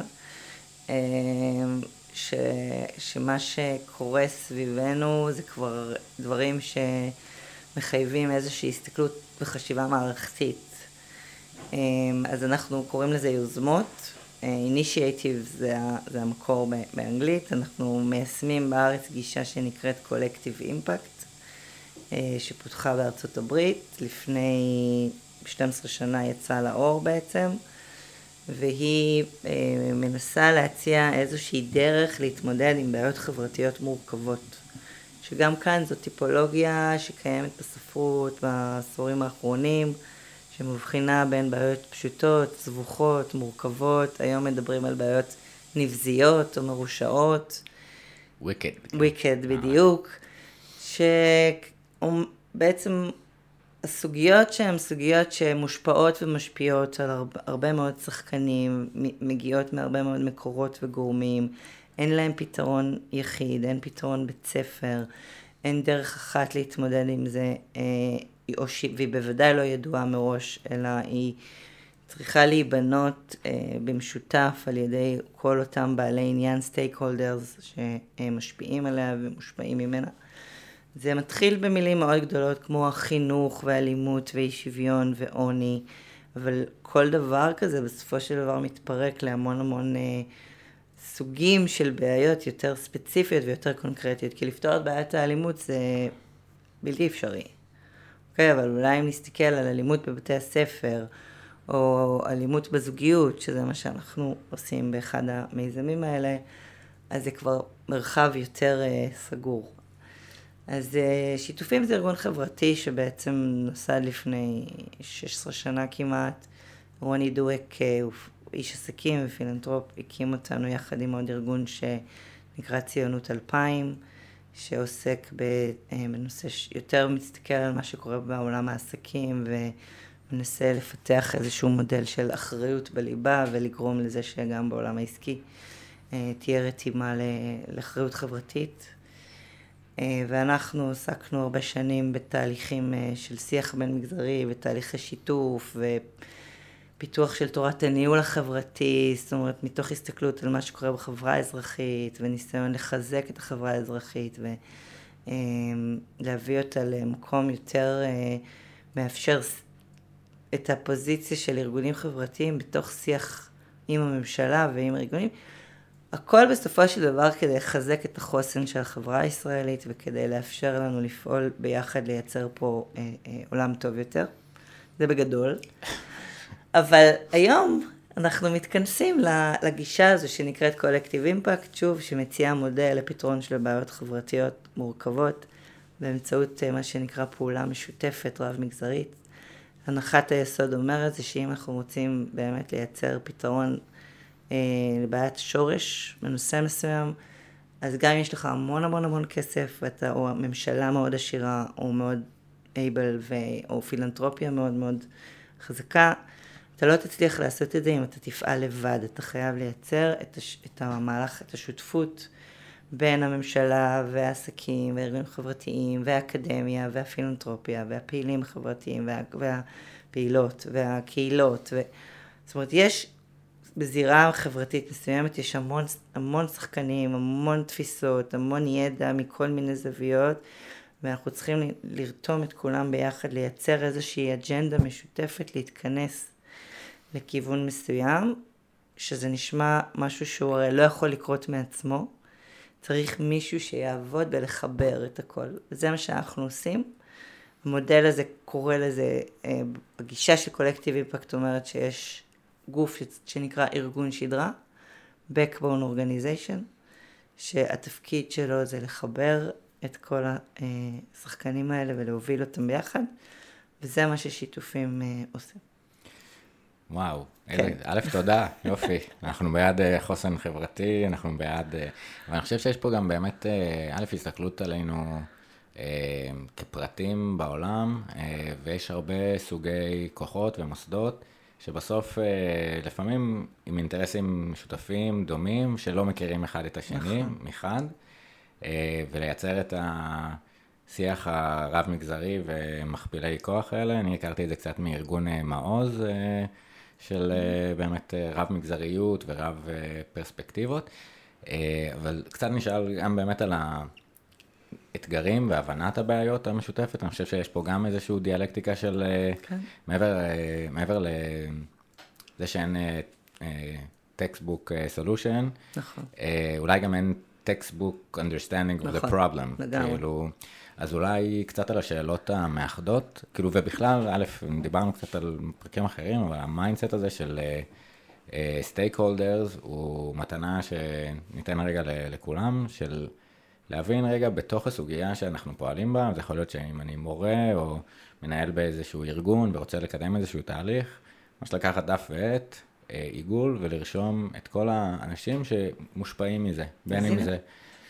ש, שמה שקורה סביבנו זה כבר דברים שמחייבים איזושהי הסתכלות וחשיבה מערכתית. אז אנחנו קוראים לזה יוזמות. Initiative זה, זה המקור באנגלית. אנחנו מיישמים בארץ גישה שנקראת Collective Impact, שפותחה בארצות הברית. לפני שתים עשרה שנה יצאה לאור בעצם. והיא אה, מנסה להציע איזושהי דרך להתמודד עם בעיות חברתיות מורכבות. שגם כאן זו טיפולוגיה שקיימת בספרות בעשורים האחרונים, שמבחינה בין בעיות פשוטות, סבוכות, מורכבות. היום מדברים על בעיות נבזיות או מרושעות. wicked. wicked, בדיוק. שבעצם... הסוגיות שהן סוגיות שמושפעות ומשפיעות על הרבה, הרבה מאוד שחקנים, מגיעות מהרבה מאוד מקורות וגורמים, אין להם פתרון יחיד, אין פתרון בית ספר, אין דרך אחת להתמודד עם זה, או ש... והיא בוודאי לא ידועה מראש, אלא היא צריכה להיבנות במשותף על ידי כל אותם בעלי עניין, stakeholders, שמשפיעים עליה ומושפעים ממנה. זה מתחיל במילים מאוד גדולות כמו החינוך ואלימות ואי שוויון ועוני, אבל כל דבר כזה בסופו של דבר מתפרק להמון המון אה, סוגים של בעיות יותר ספציפיות ויותר קונקרטיות, כי לפתור את בעיית האלימות זה בלתי אפשרי. אוקיי, אבל אולי אם נסתכל על אלימות בבתי הספר, או אלימות בזוגיות, שזה מה שאנחנו עושים באחד המיזמים האלה, אז זה כבר מרחב יותר אה, סגור. אז שיתופים זה ארגון חברתי שבעצם נוסד לפני שש עשרה שנה כמעט. רוני דואק הוא איש עסקים ופילנטרופ, הקים אותנו יחד עם עוד ארגון שנקרא ציונות אלפיים, שעוסק בנושא יותר מסתכל על מה שקורה בעולם העסקים מנסה לפתח איזשהו מודל של אחריות בליבה ולגרום לזה שגם בעולם העסקי תהיה רתימה לאחריות חברתית. ואנחנו עסקנו הרבה שנים בתהליכים של שיח בין מגזרי ותהליכי שיתוף ופיתוח של תורת הניהול החברתי, זאת אומרת מתוך הסתכלות על מה שקורה בחברה האזרחית וניסיון לחזק את החברה האזרחית ולהביא אותה למקום יותר מאפשר את הפוזיציה של ארגונים חברתיים בתוך שיח עם הממשלה ועם ארגונים. הכל בסופו של דבר כדי לחזק את החוסן של החברה הישראלית וכדי לאפשר לנו לפעול ביחד לייצר פה אה, אה, עולם טוב יותר. זה בגדול. אבל היום אנחנו מתכנסים לגישה הזו שנקראת קולקטיב אימפקט, שוב, שמציעה מודל לפתרון של בעיות חברתיות מורכבות באמצעות מה שנקרא פעולה משותפת רב מגזרית. הנחת היסוד אומרת זה שאם אנחנו רוצים באמת לייצר פתרון לבעיית שורש בנושא מסוים, אז גם אם יש לך המון המון המון כסף, ואתה, או הממשלה מאוד עשירה, או מאוד אייבל, או פילנטרופיה מאוד מאוד חזקה, אתה לא תצליח לעשות את זה אם אתה תפעל לבד. אתה חייב לייצר את, הש, את המהלך, את השותפות בין הממשלה והעסקים והארגונים חברתיים והאקדמיה והפילנטרופיה והפעילים החברתיים וה, והפעילות והקהילות. ו... זאת אומרת, יש בזירה חברתית מסוימת, יש המון, המון שחקנים, המון תפיסות, המון ידע מכל מיני זוויות, ואנחנו צריכים לרתום את כולם ביחד, לייצר איזושהי אג'נדה משותפת, להתכנס לכיוון מסוים, שזה נשמע משהו שהוא הרי לא יכול לקרות מעצמו, צריך מישהו שיעבוד בלחבר את הכל, וזה מה שאנחנו עושים. המודל הזה קורא לזה, הגישה של קולקטיב אימפקט אומרת שיש גוף שנקרא ארגון שדרה, Backbone Organization, שהתפקיד שלו זה לחבר את כל השחקנים האלה ולהוביל אותם ביחד, וזה מה ששיתופים עושים. וואו, א', תודה, יופי. אנחנו בעד חוסן חברתי, אנחנו בעד, ואני חושב שיש פה גם באמת, א', הסתכלות עלינו כפרטים בעולם, ויש הרבה סוגי כוחות ומוסדות, שבסוף לפעמים עם אינטרסים משותפים דומים, שלא מכירים אחד את השני, מחד, ולייצר את השיח הרב מגזרי ומכפילי כוח האלה. אני הכרתי את זה קצת מארגון מעוז, של באמת רב מגזריות ורב פרספקטיבות, אבל קצת נשאל גם באמת על האתגרים והבנת הבעיות המשותפת. אני חושב שיש פה גם איזושהי דיאלקטיקה של כן. מעבר, מעבר לזה שאין textbook solution, נכון. אולי גם אין textbook understanding נכון. of the problem. לגמרי. כאילו, אז אולי קצת על השאלות המאחדות, כאילו, ובכלל, א', דיברנו קצת על פרקים אחרים, אבל המיינדסט הזה של סטייק uh, הולדרס, הוא מתנה שניתן רגע לכולם, של להבין רגע בתוך הסוגיה שאנחנו פועלים בה. זה יכול להיות שאם אני מורה או מנהל באיזשהו ארגון ורוצה לקדם איזשהו תהליך, ממש לקחת דף ועט, עיגול, ולרשום את כל האנשים שמושפעים מזה, בין אם זה,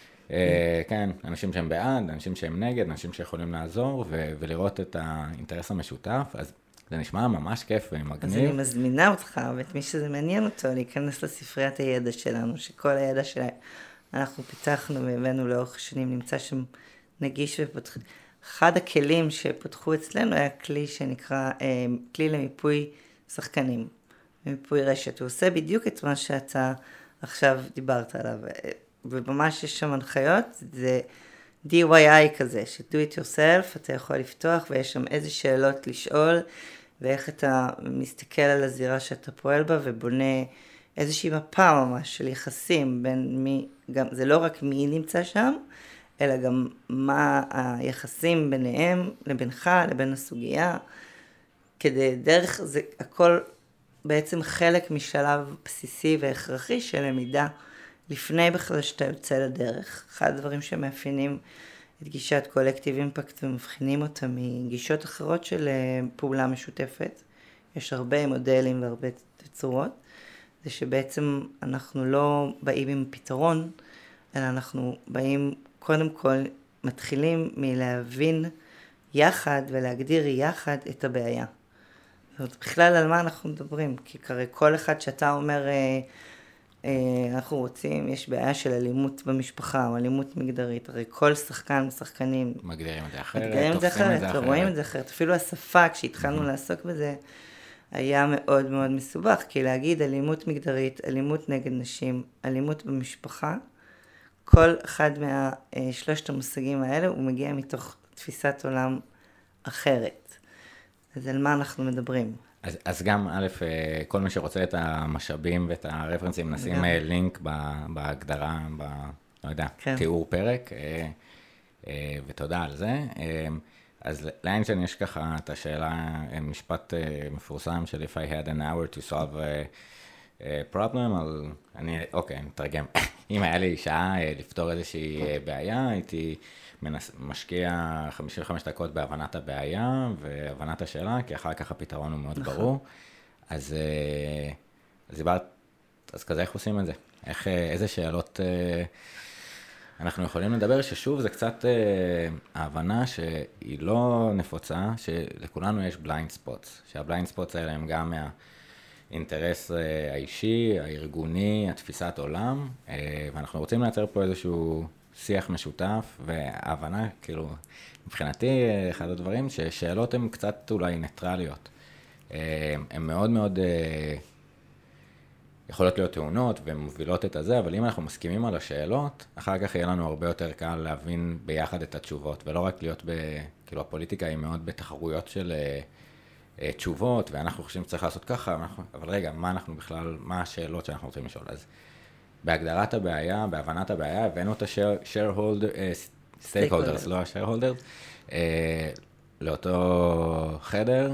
כן, אנשים שהם בעד, אנשים שהם נגד, אנשים שיכולים לעזור, ולראות את האינטרס המשותף. אז זה נשמע ממש כיף ומגניב. אז אני מזמינה אותך, ואת מי שזה מעניין אותו, להיכנס לספריית הידע שלנו, שכל הידע שאנחנו פיתחנו והבאנו לאורך השנים נמצא שם נגיש ופותח. אחד הכלים שפותחו אצלנו היה כלי שנקרא, כלי למיפוי שחקנים. מיפוי רשת, הוא עושה בדיוק את מה שאתה עכשיו דיברת עליו, וממש יש שם הנחיות, זה די וואי איי כזה, ש-do it yourself, אתה יכול לפתוח, ויש שם איזה שאלות לשאול, ואיך אתה מסתכל על הזירה שאתה פועל בה, ובונה איזושהי מפה ממש של יחסים בין מי, גם, זה לא רק מי נמצא שם, אלא גם מה היחסים ביניהם, לבינך, לבין הסוגיה, כדי דרך זה הכל, בעצם חלק משלב בסיסי והכרחי של למידה לפני בכלל שאתה יוצא לדרך. אחד הדברים שמאפיינים את גישת קולקטיב אימפקט ומבחינים אותה מגישות אחרות של פעולה משותפת, יש הרבה מודלים והרבה תצורות, זה שבעצם אנחנו לא באים עם פתרון, אלא אנחנו באים קודם כל מתחילים מלהבין יחד ולהגדיר יחד את הבעיה. בכלל על מה אנחנו מדברים, כי כרי כל אחד שאתה אומר, אה, אה, אנחנו רוצים, יש בעיה של אלימות במשפחה או אלימות מגדרית, הרי כל שחקן ושחקנים מגדירים את זה אחרת, מגדירים את זה תופסים אחרת, את זה אחרת. רואים את זה אחרת, אפילו השפה, כשהתחלנו mm-hmm. לעסוק בזה, היה מאוד מאוד מסובך, כי להגיד אלימות מגדרית, אלימות נגד נשים, אלימות במשפחה, כל אחד מהשלושת המושגים האלה הוא מגיע מתוך תפיסת עולם אחרת. אז על מה אנחנו מדברים? אז, אז גם, א', כל מי שרוצה את המשאבים ואת הרפרנסים, נשים וגם... לינק בהגדרה, ב, לא יודע, כן. תיאור פרק, ותודה על זה. אז לאיינשטיין יש ככה את השאלה, משפט מפורסם של If I had an hour to solve a, a problem, על, אני, אוקיי, נתרגם. אם היה לי שעה לפתור איזושהי בעיה, הייתי מנס, משקיע חמישים וחמש דקות בהבנת הבעיה והבנת השאלה, כי אחר כך הפתרון הוא מאוד נכון. ברור. אז, אז דיברת, אז כזה איך עושים את זה? איך, איזה שאלות אנחנו יכולים לדבר, ששוב זה קצת ההבנה שהיא לא נפוצה, שלכולנו יש בליינד ספוטס, שהבליינד ספוטס האלה הם גם מהאינטרס האישי, הארגוני, התפיסת עולם, ואנחנו רוצים לייצר פה איזשהו שיח משותף, וההבנה, כאילו, מבחינתי, אחד הדברים, ששאלות הן קצת אולי ניטרליות. הן מאוד מאוד יכולות להיות טעונות ומובילות את הזה, אבל אם אנחנו מסכימים על השאלות, אחר כך יהיה לנו הרבה יותר קל להבין ביחד את התשובות, ולא רק להיות ב... כאילו, הפוליטיקה היא מאוד בתחרויות של uh, תשובות, ואנחנו חושבים שצריך לעשות ככה, אנחנו... אבל רגע, מה אנחנו בכלל, מה השאלות שאנחנו רוצים לשאול? אז בהגדרת הבעיה, בהבנת הבעיה, הבאנו את ה-shareholder, uh, stakeholders, לא ה-shareholders, uh, לאותו חדר.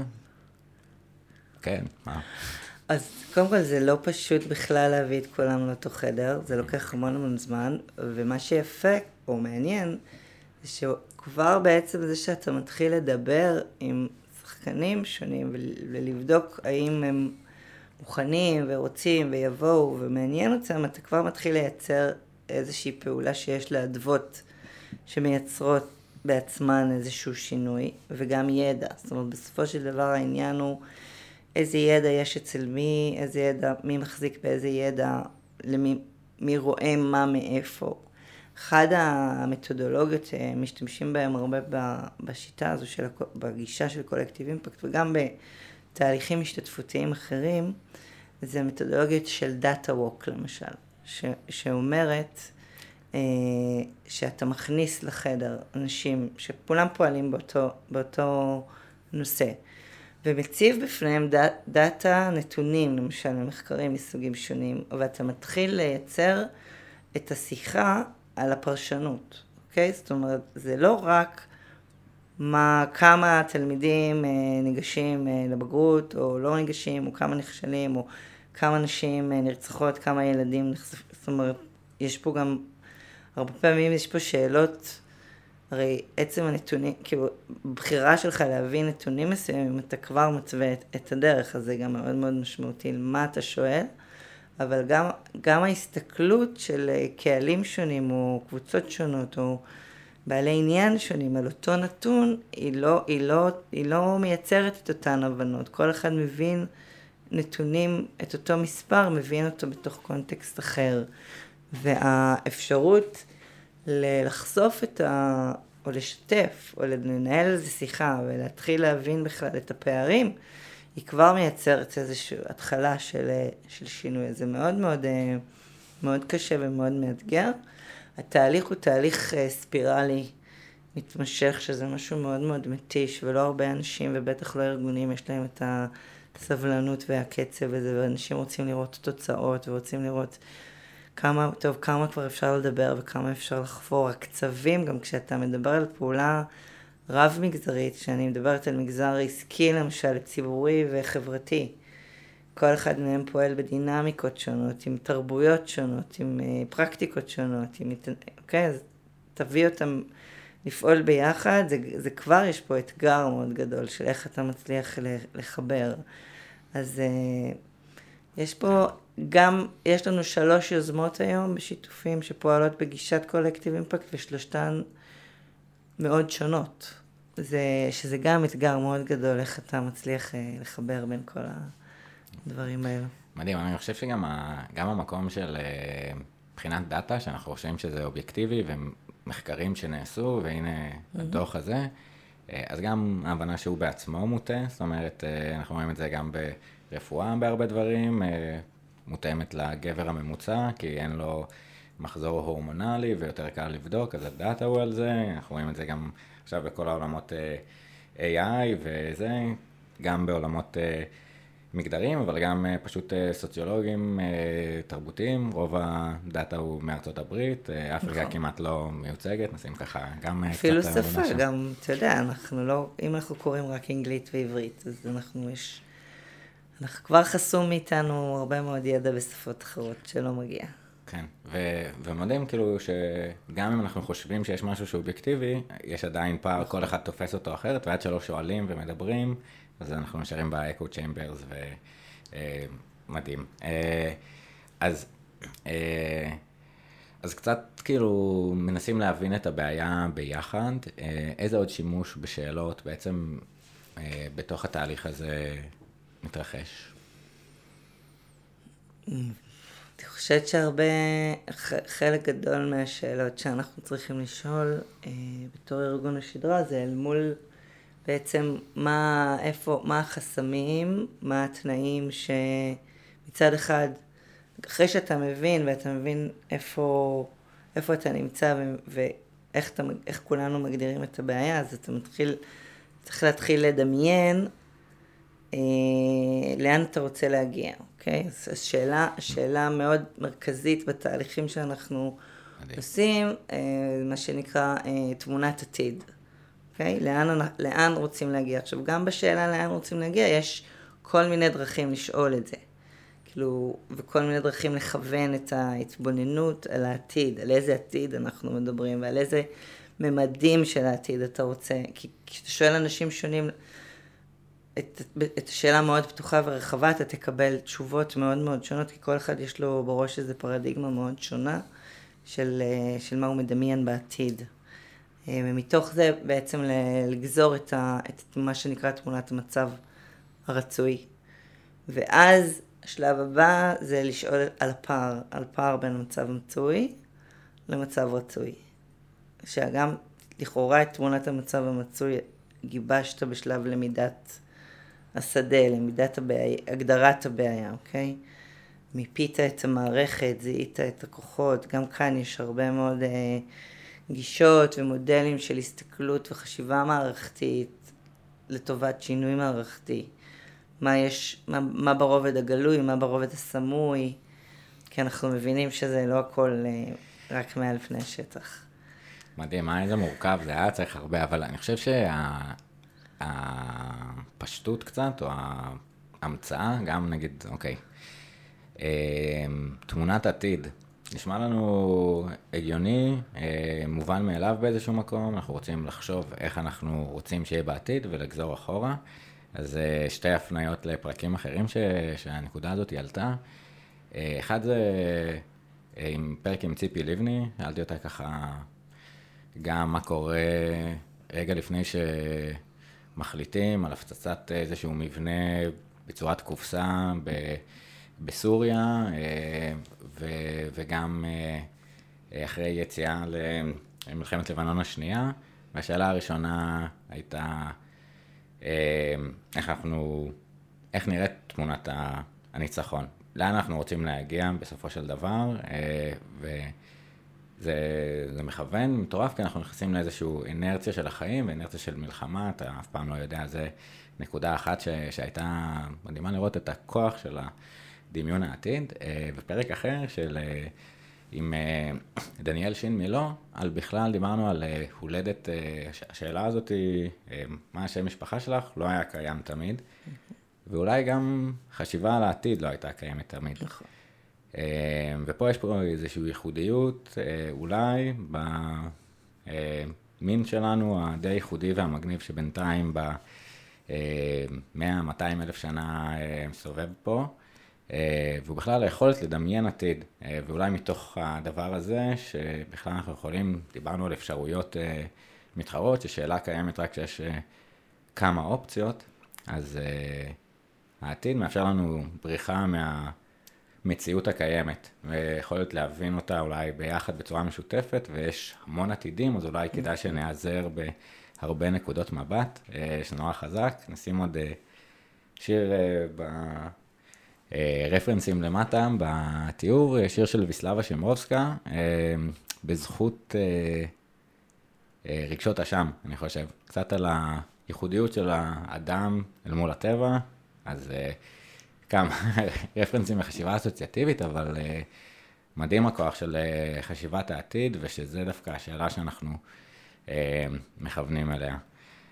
כן, מה? אז קודם כל זה לא פשוט בכלל להביא את כולם לאותו חדר, זה לוקח המון המון זמן, ומה שיפה או מעניין, זה שכבר בעצם זה שאתה מתחיל לדבר עם שחקנים שונים, ולבדוק האם הם מוכנים ורוצים ויבואו ומעניין אותם, אתה כבר מתחיל לייצר איזושהי פעולה שיש לה אדוות שמייצרות בעצמן איזשהו שינוי, וגם ידע. זאת אומרת, בסופו של דבר העניין הוא איזה ידע יש אצל מי, איזה ידע, מי מחזיק באיזה ידע, למי, מי רואה מה מאיפה. אחד המתודולוגיות שמשתמשים בהם הרבה בשיטה הזו, של, בגישה של קולקטיב אימפקט, וגם בתהליכים השתתפותיים אחרים, זה מתודולוגיות של דאטה ווק למשל, ש, שאומרת אה, שאתה מכניס לחדר אנשים שכולם פועלים באותו, באותו נושא, ומציב בפניהם דאט, דאטה, נתונים, למשל, ממחקרים מסוגים שונים, ואתה מתחיל לייצר את השיחה על הפרשנות, אוקיי? זאת אומרת, זה לא רק מה, כמה תלמידים ניגשים לבגרות, או לא ניגשים, או כמה נכשלים, או כמה נשים נרצחות, כמה ילדים נחשפים, זאת אומרת, יש פה גם, הרבה פעמים יש פה שאלות, הרי עצם הנתונים, כאילו, בחירה שלך להביא נתונים מסוימים, אתה כבר מצווה את, את הדרך, אז זה גם מאוד מאוד משמעותי למה אתה שואל, אבל גם, גם ההסתכלות של קהלים שונים, או קבוצות שונות, או בעלי עניין שונים על אותו נתון, היא לא, היא לא, היא לא מייצרת את אותן הבנות. כל אחד מבין נתונים, את אותו מספר, מבין אותו בתוך קונטקסט אחר. והאפשרות לחשוף את ה... או לשתף, או לנהל איזו שיחה, ולהתחיל להבין בכלל את הפערים, היא כבר מייצרת איזושהי התחלה של, של שינוי. זה מאוד מאוד, מאוד קשה ומאוד מאתגר. התהליך הוא תהליך ספירלי מתמשך, שזה משהו מאוד מאוד מתיש, ולא הרבה אנשים, ובטח לא ארגונים, יש להם את הסבלנות והקצב וזה, ואנשים רוצים לראות תוצאות, ורוצים לראות כמה, טוב, כמה כבר אפשר לדבר, וכמה אפשר לחפור. הקצבים, גם כשאתה מדבר על פעולה רב מגזרית, שאני מדברת על מגזר עסקי למשל, ציבורי וחברתי, כל אחד מהם פועל בדינמיקות שונות, עם תרבויות שונות, עם פרקטיקות שונות, עם, אוקיי, אז תביא אותם לפעול ביחד, זה, זה כבר יש פה אתגר מאוד גדול של איך אתה מצליח לחבר. אז יש פה גם, יש לנו שלוש יוזמות היום בשיתופים שפועלות בגישת קולקטיב אימפקט, ושלושתן מאוד שונות. זה, שזה גם אתגר מאוד גדול, איך אתה מצליח לחבר בין כל הדברים האלו. מדהים, אני חושב שגם ה, גם המקום של בחינת דאטה, שאנחנו חושבים שזה אובייקטיבי, ומחקרים שנעשו, והנה mm-hmm. הדוח הזה, אז גם ההבנה שהוא בעצמו מוטה, זאת אומרת, אנחנו רואים את זה גם ברפואה בהרבה דברים, מותאמת לגבר הממוצע, כי אין לו מחזור הורמונלי ויותר קל לבדוק, אז הדאטה הוא על זה, אנחנו רואים את זה גם עכשיו בכל העולמות איי איי וזה, גם בעולמות מגדרים, אבל גם פשוט סוציולוגים תרבותיים, רוב הדאטה הוא מארצות הברית, אפריקה כמעט לא מיוצגת, נשים ככה גם אפילו שפה, גם, אתה יודע, אנחנו לא, אם אנחנו קוראים רק אנגלית ועברית, אז אנחנו יש, אנחנו כבר חסום מאיתנו הרבה מאוד ידע בשפות אחרות שלא מגיע. כן, ו- ומדהים כאילו שגם אם אנחנו חושבים שיש משהו שהוא אובייקטיבי, יש עדיין פער, כל אחד תופס אותו אחרת, ועד שלא שואלים ומדברים, אז אנחנו נשארים באקו צ'יימברס, ומדהים. אז, אז קצת כאילו מנסים להבין את הבעיה ביחד, איזה עוד שימוש בשאלות בעצם בתוך התהליך הזה מתרחש? אני חושבת שהרבה, חלק גדול מהשאלות שאנחנו צריכים לשאול בתור ארגון השדרה, זה אל מול בעצם מה, איפה, מה החסמים, מה התנאים שמצד אחד, אחרי שאתה מבין ואתה מבין איפה, איפה אתה נמצא ו, ואיך אתה, איך כולנו מגדירים את הבעיה, אז אתה מתחיל, צריך להתחיל לדמיין אה, לאן אתה רוצה להגיע, אוקיי? אז השאלה, השאלה מאוד מרכזית בתהליכים שאנחנו מדהים. עושים, אה, מה שנקרא אה, תמונת עתיד. Okay? לאן, לאן רוצים להגיע? עכשיו, גם בשאלה לאן רוצים להגיע, יש כל מיני דרכים לשאול את זה. כאילו, וכל מיני דרכים לכוון את ההתבוננות על העתיד, על איזה עתיד אנחנו מדברים, ועל איזה ממדים של העתיד אתה רוצה. כי כשאתה שואל אנשים שונים, את, את השאלה מאוד פתוחה ורחבה, אתה תקבל תשובות מאוד מאוד שונות, כי כל אחד יש לו בראש איזו פרדיגמה מאוד שונה של, של מה הוא מדמיין בעתיד. ומתוך זה בעצם לגזור את, ה, את מה שנקרא תמונת המצב הרצוי. ואז השלב הבא זה לשאול על הפער, על פער בין המצב המצוי למצב רצוי. שגם לכאורה את תמונת המצב המצוי גיבשת בשלב למידת השדה, למידת הבעיה, הגדרת הבעיה, אוקיי? מיפית את המערכת, זיהית את הכוחות, גם כאן יש הרבה מאוד אה, גישות ומודלים של הסתכלות וחשיבה מערכתית לטובת שינוי מערכתי. מה יש, מה, מה ברובד הגלוי, מה ברובד הסמוי, כי אנחנו מבינים שזה לא הכל אה, רק מעל פני השטח. מדהים, מה איזה מורכב, זה היה צריך הרבה, אבל אני חושב שהפשטות קצת, או ההמצאה, גם נגיד, אוקיי, תמונת עתיד, נשמע לנו הגיוני, מובן מאליו באיזשהו מקום, אנחנו רוצים לחשוב איך אנחנו רוצים שיהיה בעתיד ולגזור אחורה, אז שתי הפניות לפרקים אחרים ש... שהנקודה הזאת היא עלתה. אחד זה עם פרק עם ציפי לבני, שאלתי אותה ככה, גם מה קורה רגע לפני שמחליטים על הפצצת איזשהו מבנה בצורת קופסה ב... בסוריה, ו... וגם אחרי יציאה למלחמת לבנון השנייה. והשאלה הראשונה הייתה, איך אנחנו, איך נראית תמונת הניצחון? לאן אנחנו רוצים להגיע בסופו של דבר? וזה זה מכוון מטורף, כי אנחנו נכנסים לאיזשהו אינרציה של החיים, ואינרציה של מלחמה, אתה אף פעם לא יודע, זה נקודה אחת ש, שהייתה מדהימה לראות את הכוח של דמיון העתיד. בפרק אחר של, עם דניאל שין מילו, על בכלל דיברנו על הולדת, השאלה הזאת היא, מה השם משפחה שלך? לא היה קיים תמיד. ואולי גם חשיבה על העתיד לא הייתה קיימת תמיד. נכון. ופה יש פה איזושהי ייחודיות, אולי במין שלנו הדי ייחודי והמגניב שבינתיים ב-מאה מאתיים אלף שנה מסובב פה, והוא בכלל היכולת לדמיין עתיד, ואולי מתוך הדבר הזה שבכלל אנחנו יכולים, דיברנו על אפשרויות מתחרות, ששאלה קיימת רק כשיש כמה אופציות, אז העתיד מאפשר לנו בריחה מהמציאות הקיימת, ויכולת להבין אותה אולי ביחד בצורה משותפת, ויש המון עתידים, אז אולי כדאי שנעזר בהרבה נקודות מבט, שנורא חזק. נשים עוד שיר ברפרנסים למטה, בתיאור, שיר של ויסלבה שמרובסקה, בזכות רגשות אשם, אני חושב. קצת על הייחודיות של האדם אל מול הטבע, אז כמה רפרנסים לחשיבה אסוציאטיבית, אבל מדהים הכוח של חשיבת העתיד, ושזה דווקא השאלה שאנחנו מכוונים אליה.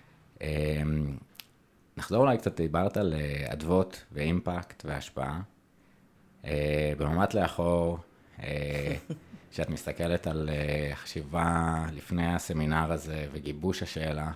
נחזור אולי קצת, דיברת על אדוות ואימפקט והשפעה. במבט לאחור, כשאת מסתכלת על חשיבה לפני הסמינר הזה וגיבוש השאלה,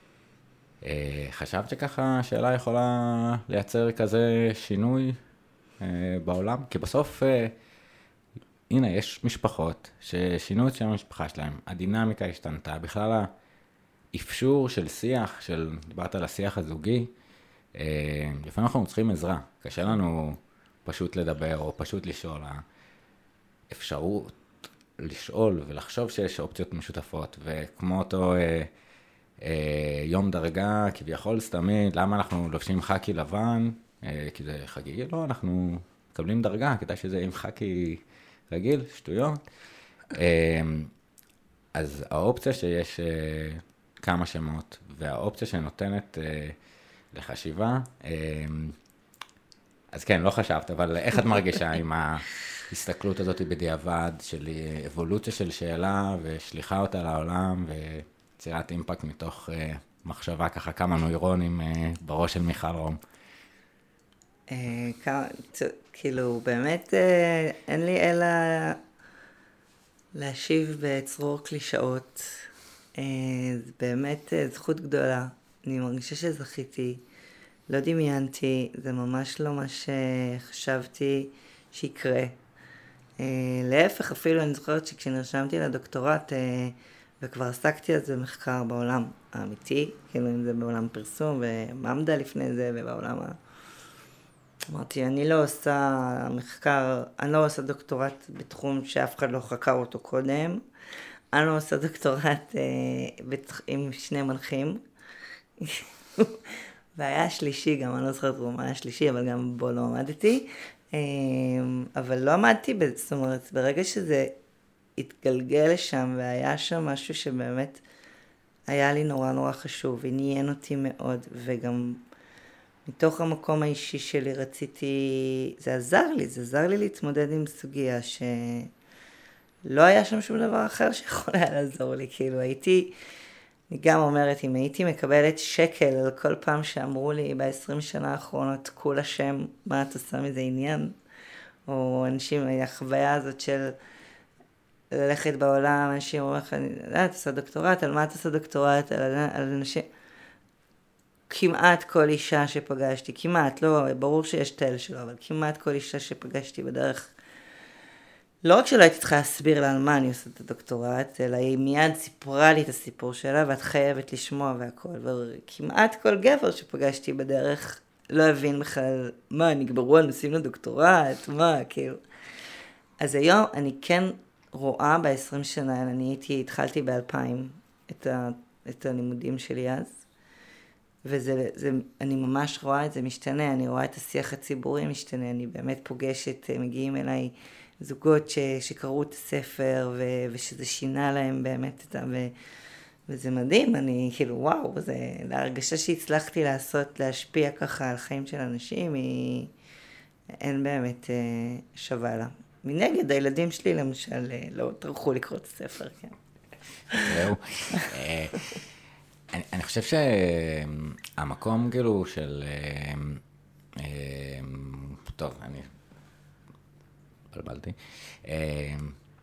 חשבת שככה השאלה יכולה לייצר כזה שינוי בעולם? כי בסוף, הנה, יש משפחות ששינו את שם המשפחה שלהם, הדינמיקה השתנתה, בכלל האפשור של שיח, של, דיברת על השיח הזוגי, לפעמים אנחנו צריכים עזרה, קשה לנו פשוט לדבר או פשוט לשאול, האפשרות לשאול ולחשוב שיש אופציות משותפות, וכמו אותו אה, אה, יום דרגה, כביכול סתמי, למה אנחנו לובשים חקי לבן, אה, כי זה חגיגי, לא, אנחנו מקבלים דרגה, כדאי שזה עם חקי רגיל, שטויות. אה, אז האופציה שיש אה, כמה שמות, והאופציה שנותנת אה, לחשיבה, אה, אז כן, לא חשבת, אבל איך את מרגישה עם ההסתכלות הזאת בדיעבד של אבולוציה של שאלה ושליחה אותה לעולם ויצירת אימפקט מתוך uh, מחשבה ככה כמה נוירונים uh, בראש של מיכל רום? Uh, כמה, כאילו, באמת uh, אין לי אלא להשיב בצרור קלישאות. Uh, זה באמת uh, זכות גדולה. אני מרגישה שזכיתי. לא דמיינתי, זה ממש לא מה שחשבתי שיקרה. Uh, להפך, אפילו אני זוכרת שכשנרשמתי לדוקטורט, uh, וכבר עסקתי על זה מחקר בעולם האמיתי, כאילו אם זה בעולם פרסום, וממדה לפני זה, ובעולם ה... אמרתי, אני לא עושה מחקר, אני לא עושה דוקטורט בתחום שאף אחד לא חקר אותו קודם, אני לא עושה דוקטורט uh, בתח... עם שני מנחים, והיה שלישי גם, אני לא זוכרת מה היה שלישי, אבל גם בו לא עמדתי. אבל לא עמדתי, זאת אומרת, ברגע שזה התגלגל לשם, והיה שם משהו שבאמת היה לי נורא נורא חשוב, עניין אותי מאוד, וגם מתוך המקום האישי שלי רציתי, זה עזר לי, זה עזר לי להתמודד עם סוגיה שלא היה שם שום דבר אחר שיכול היה לעזור לי, כאילו הייתי... אני גם אומרת, אם הייתי מקבלת שקל על כל פעם שאמרו לי בעשרים שנה האחרונות, כולה שם, מה את עושה מזה עניין? או אנשים, החוויה הזאת של ללכת בעולם, אנשים אומרים לך, אני יודעת, עושה דוקטורט, על מה את עושה דוקטורט? על, על אנשים... כמעט כל אישה שפגשתי, כמעט, לא, ברור שיש תל שלו, אבל כמעט כל אישה שפגשתי בדרך, לא רק שלא הייתי צריכה להסביר לה על מה אני עושה את הדוקטורט, אלא היא מיד סיפרה לי את הסיפור שלה, ואת חייבת לשמוע והכל. וכמעט כל גבר שפגשתי בדרך לא הבין בכלל, מה, נגברו הנושאים לדוקטורט, מה, כאילו. אז היום אני כן רואה ב-עשרים שנה, אני הייתי, התחלתי ב-אלפיים את, ה, את הלימודים שלי אז, וזה, זה, אני ממש רואה את זה משתנה, אני רואה את השיח הציבורי משתנה, אני באמת פוגשת, מגיעים אליי, זוגות ש, שקראו את הספר, ו, ושזה שינה להם באמת את ה... ו, וזה מדהים, אני כאילו, וואו, זה, להרגשה שהצלחתי לעשות, להשפיע ככה על חיים של אנשים, היא אין באמת אה, שווה לה. מנגד, הילדים שלי למשל לא טרחו לקרוא את הספר, כן. זהו. אני, אני חושב שהמקום כאילו של... טוב, אני... בלבלתי. אני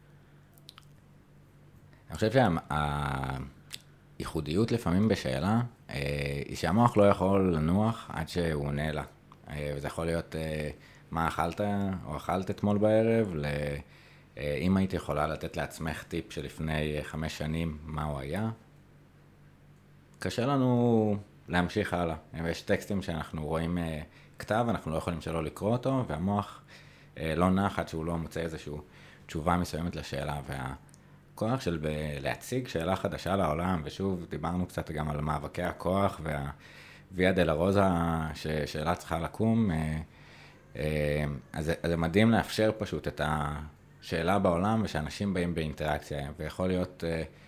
חושב שהייחודיות לפעמים בשאלה, היא שהמוח לא יכול לנוח עד שהוא עונה לה. וזה יכול להיות מה אכלת או אכלת אתמול בערב, אם היית יכולה לתת לעצמך טיפ שלפני חמש שנים מה הוא היה, קשה לנו להמשיך הלאה. ויש טקסטים שאנחנו רואים כתב, אנחנו לא יכולים שלא לקרוא אותו, והמוח לא נח עד שהוא לא מוצא איזושהי תשובה מסוימת לשאלה. והכוח של להציג שאלה חדשה לעולם, ושוב, דיברנו קצת גם על מאבקי הכוח, והוויה דלרוזה ששאלה צריכה לקום, אז זה מדהים לאפשר פשוט את השאלה בעולם, ושאנשים באים באינטראקציה, ויכול להיות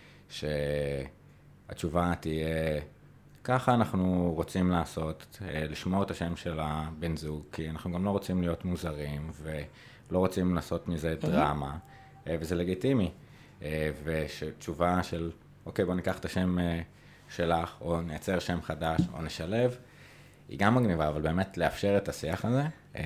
שהתשובה תהיה, ככה אנחנו רוצים לעשות, לשמור את השם של הבן זוג, כי אנחנו גם לא רוצים להיות מוזרים, ולא רוצים לעשות מזה דרמה, וזה לגיטימי. ותשובה של, אוקיי, בוא ניקח את השם שלך, או נייצר שם חדש, או נשלב, היא גם מגניבה, אבל באמת לאפשר את השיח הזה.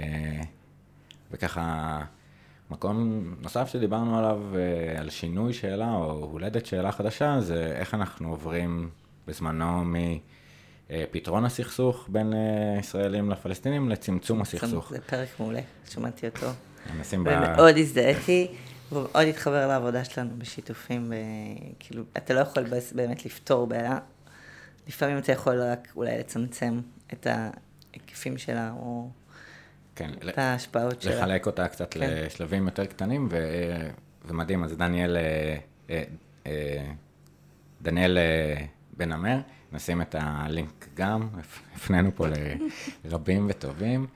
וככה, מקום נוסף שדיברנו עליו, על שינוי שאלה, או הולדת שאלה חדשה, זה איך אנחנו עוברים בזמנו מפתרון הסכסוך בין ישראלים לפלסטינים לצמצום הסכסוך. זה פרק מעולה, שמעתי אותו. ב... ומאוד הזדהיתי, ומאוד התחבר לעבודה שלנו בשיתופים, כאילו, אתה לא יכול באמת לפתור בעיה, לפעמים אתה יכול רק אולי לצמצם את ההיקפים שלה, או כן, את ההשפעות שלה. לחלק אותה קצת כן. לשלבים יותר קטנים, ו... ומדהים, אז דניאל, דניאל בן אמר, נשים את הלינק גם, הפנינו פה לרבים וטובים.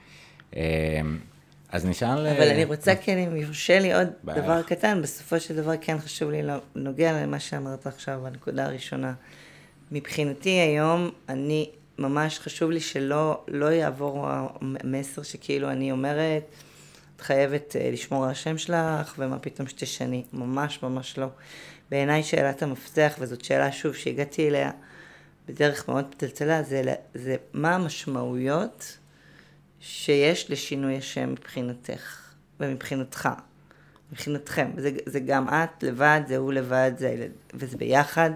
אז נשאל... אבל אני רוצה, כן, אם יורשה לי עוד דבר קטן, בסופו של דבר כן חשוב לי נוגע למה שאמרת עכשיו, הנקודה הראשונה. מבחינתי היום, אני ממש חשוב לי שלא לא יעבור המסר שכאילו אני אומרת, את חייבת לשמור על השם שלך, ומה פתאום שתשני. ממש ממש לא. בעיניי שאלת המפתח, וזאת שאלה שוב שהגעתי אליה בדרך מאוד פתלתלה, זה, זה מה המשמעויות שיש לשינוי השם מבחינתך ומבחינתך, מבחינתכם. זה, זה גם את לבד, זה הוא לבד, זה הילד, וזה ביחד.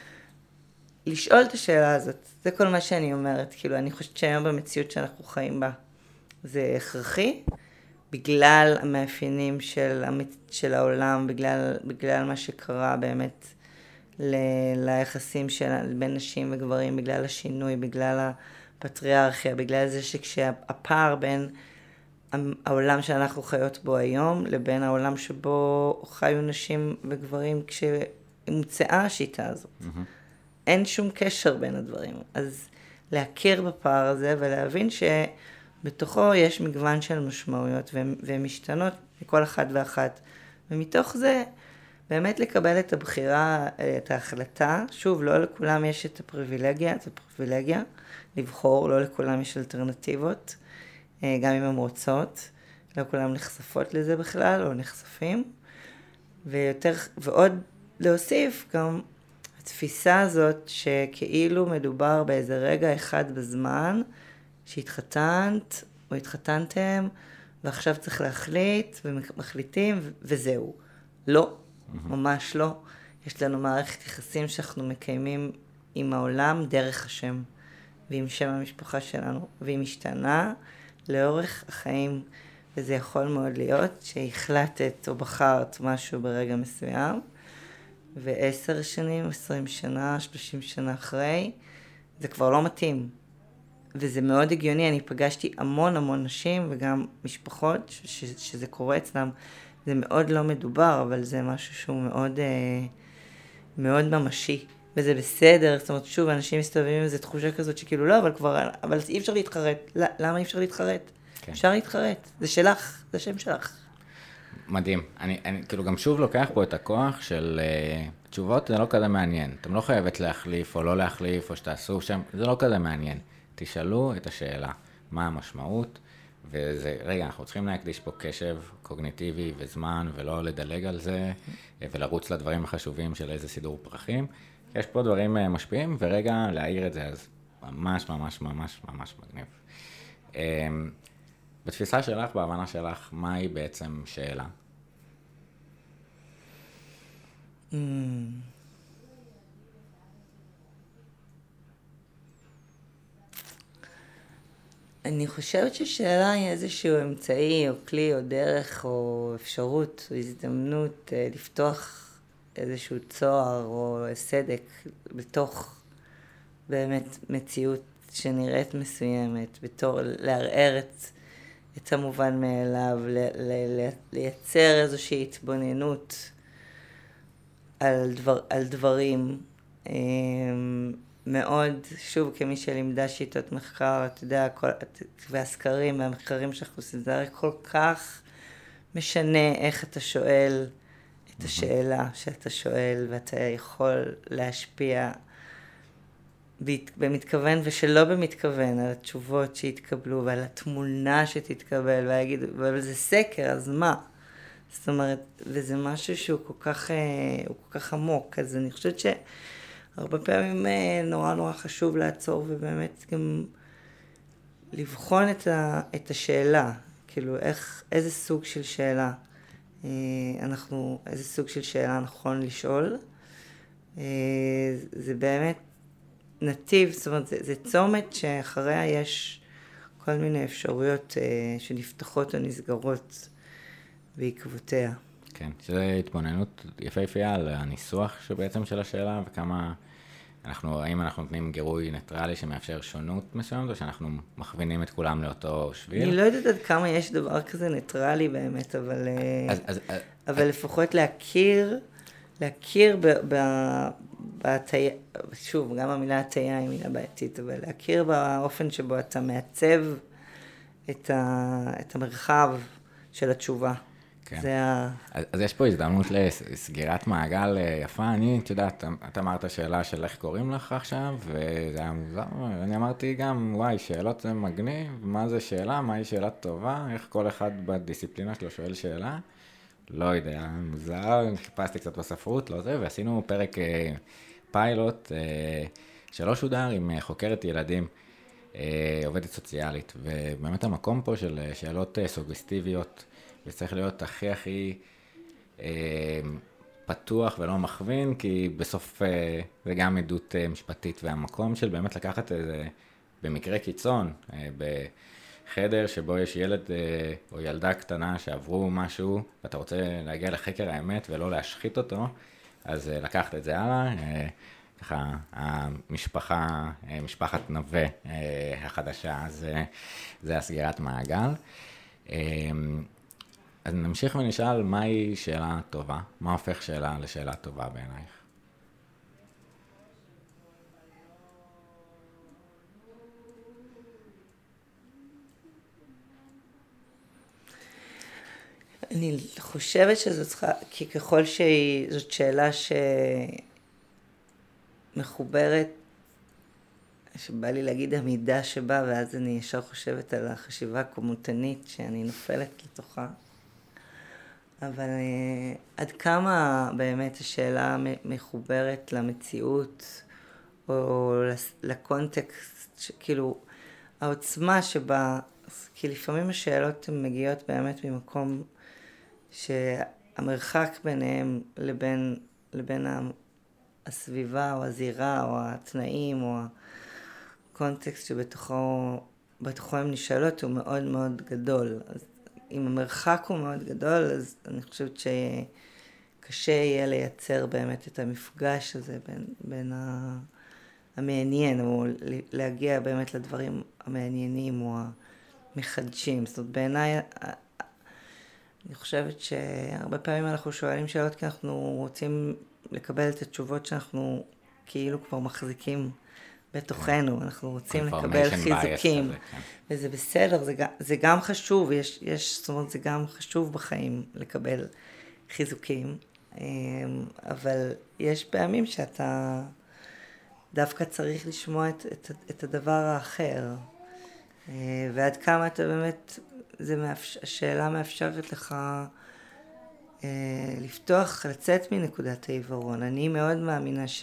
לשאול את השאלה הזאת, זה כל מה שאני אומרת. כאילו, אני חושבת שהיום במציאות שאנחנו חיים בה, זה הכרחי, בגלל המאפיינים של, של העולם, בגלל, בגלל מה שקרה באמת ל, ליחסים של, בין נשים וגברים, בגלל השינוי, בגלל הפטריארכיה, בגלל זה שכשהפער בין העולם שאנחנו חיות בו היום, לבין העולם שבו חיו נשים וגברים כשהומצאה השיטה הזאת. Mm-hmm. אין שום קשר בין הדברים. אז להכיר בפער הזה ולהבין ש... בתוכו יש מגוון של משמעויות והן משתנות מכל אחד ואחת. ומתוך זה באמת לקבל את הבחירה, את ההחלטה. שוב, לא לכולם יש את הפריבילגיה, את הפריבילגיה לבחור, לא לכולם יש אלטרנטיבות, גם אם הן רוצות. לא כולם נחשפות לזה בכלל או נחשפים. ויותר, ועוד להוסיף גם התפיסה הזאת שכאילו מדובר באיזה רגע אחד בזמן, שהתחתנת או התחתנתם, ועכשיו צריך להחליט, ומחליטים, וזהו. לא, ממש לא. יש לנו מערכת יחסים שאנחנו מקיימים עם העולם דרך השם, ועם שם המשפחה שלנו, והיא משתנה לאורך החיים, וזה יכול מאוד להיות שהחלטת או בחרת משהו ברגע מסוים, ועשר שנים, עשרים שנה, שלושים שנה אחרי, זה כבר לא מתאים. וזה מאוד הגיוני, אני פגשתי המון המון נשים וגם משפחות ש- ש- שזה קורה אצלם. זה מאוד לא מדובר, אבל זה משהו שהוא מאוד, אה, מאוד ממשי. וזה בסדר, זאת אומרת, שוב, אנשים מסתובבים עם איזו תחושה כזאת שכאילו לא, אבל כבר, אבל אי אפשר להתחרט. לא, למה אי אפשר להתחרט? כן. אפשר להתחרט. זה שלך, זה שם שלך. מדהים. אני, אני כאילו גם שוב לוקח פה את הכוח של uh, תשובות, זה לא כזה מעניין. אתם לא חייבת להחליף או לא להחליף או שתעשו שם, זה לא כזה מעניין. תשאלו את השאלה, מה המשמעות, וזה, רגע, אנחנו צריכים להקדיש פה קשב קוגניטיבי וזמן, ולא לדלג על זה, ולרוץ לדברים החשובים של איזה סידור פרחים. יש פה דברים משפיעים, ורגע להעיר את זה, אז ממש ממש ממש ממש מגניב. בתפיסה שלך, בהבנה שלך, מהי בעצם שאלה? Mm. אני חושבת ששאלה היא איזשהו אמצעי או כלי או דרך או אפשרות או הזדמנות אה, לפתוח איזשהו צוהר או סדק בתוך, באמת מציאות שנראית מסוימת, בתור לערער את, את המובן מאליו, ל, ל, ל, לייצר איזושהי התבוננות על, דבר, על דברים. מאוד, שוב, כמי שלימדה שיטות מחקר, אתה יודע, כל, והסקרים והמחקרים שאנחנו עושים, זה הרי כל כך משנה איך אתה שואל את השאלה שאתה שואל, ואתה יכול להשפיע במתכוון ושלא במתכוון על התשובות שהתקבלו ועל התמונה שתתקבל, ולהגיד, אבל זה סקר, אז מה? זאת אומרת, וזה משהו שהוא כל כך, הוא כל כך עמוק, אז אני חושבת שהרבה פעמים נורא נורא חשוב לעצור ובאמת גם לבחון את, ה, את השאלה, כאילו איך, איזה סוג של שאלה אנחנו, איזה סוג של שאלה נכון לשאול. זה באמת נתיב, זאת אומרת, זה, זה צומת שאחריה יש כל מיני אפשרויות שנפתחות או נסגרות בעקבותיה. כן, שזו התבוננות יפהפייה על הניסוח שבעצם של השאלה, וכמה אנחנו, האם אנחנו נותנים גירוי ניטרלי שמאפשר שונות מסוימת, או שאנחנו מכווינים את כולם לאותו שביל? אני לא יודעת עד כמה יש דבר כזה ניטרלי באמת, אבל, אז, אז, אבל אז... לפחות להכיר, להכיר ב, ב, בהטיה, שוב, גם המילה הטיה היא מילה בעייתית, אבל להכיר באופן שבו אתה מעצב את, ה, את המרחב של התשובה. כן. זה ה... אז, אז יש פה הזדמנות לסגירת מעגל יפה. אני, את יודעת, את אמרת שאלה של איך קוראים לך עכשיו, וזה היה מוזר. אני אמרתי גם, וואי, שאלות זה מגניב, מה זה שאלה, מהי שאלה טובה, איך כל אחד בדיסציפלינה שלו שואל שאלה. לא יודע, מוזר, חיפשתי קצת בספרות, לא זה, ועשינו פרק אה, פיילוט אה, שלא שודר עם אה, חוקרת ילדים, אה, עובדת סוציאלית, ובאמת המקום פה של שאלות אה, סוגסטיביות, וצריך להיות הכי הכי אה, פתוח ולא מכווין, כי בסוף אה, זה גם עדות אה, משפטית, והמקום של באמת לקחת איזה, במקרה קיצון, אה, בחדר שבו יש ילד אה, או ילדה קטנה שעברו משהו, ואתה רוצה להגיע לחקר האמת ולא להשחית אותו, אז אה, לקחת את זה הלאה, אה, ככה המשפחה, אה, משפחת נווה אה, החדשה, אז אה, זה הסגירת מעגל. אה, אז נמשיך ונשאל מהי שאלה טובה, מה הופך שאלה לשאלה טובה בעינייך? אני חושבת שזאת צריכה, כי ככל שזאת שאלה שמחוברת, שבא לי להגיד המידה שבה, ואז אני ישר חושבת על החשיבה הקומותנית שאני נופלת לתוכה. אבל עד כמה באמת השאלה מחוברת למציאות, או לקונטקסט, כאילו העוצמה שבה, כי לפעמים השאלות הן מגיעות באמת ממקום שהמרחק ביניהם לבין, לבין הסביבה או הזירה או התנאים או הקונטקסט שבתוכו בתוכו הם נשאלות הוא מאוד מאוד גדול. אז אם המרחק הוא מאוד גדול, אז אני חושבת שקשה יהיה לייצר באמת את המפגש הזה בין, בין המעניין, או להגיע באמת לדברים המעניינים או המחדשים. זאת אומרת, בעיניי, אני חושבת שהרבה פעמים אנחנו שואלים שאלות כי אנחנו רוצים לקבל את התשובות שאנחנו כאילו כבר מחזיקים בתוכנו, אנחנו רוצים לקבל חיזוקים, וזה בסדר, זה, זה גם חשוב, יש, יש, זאת אומרת, זה גם חשוב בחיים לקבל חיזוקים, אבל יש פעמים שאתה דווקא צריך לשמוע את, את, את הדבר האחר, ועד כמה אתה באמת, זה מאפשר, השאלה מאפשרת לך לפתוח, לצאת מנקודת העיוורון. אני מאוד מאמינה ש,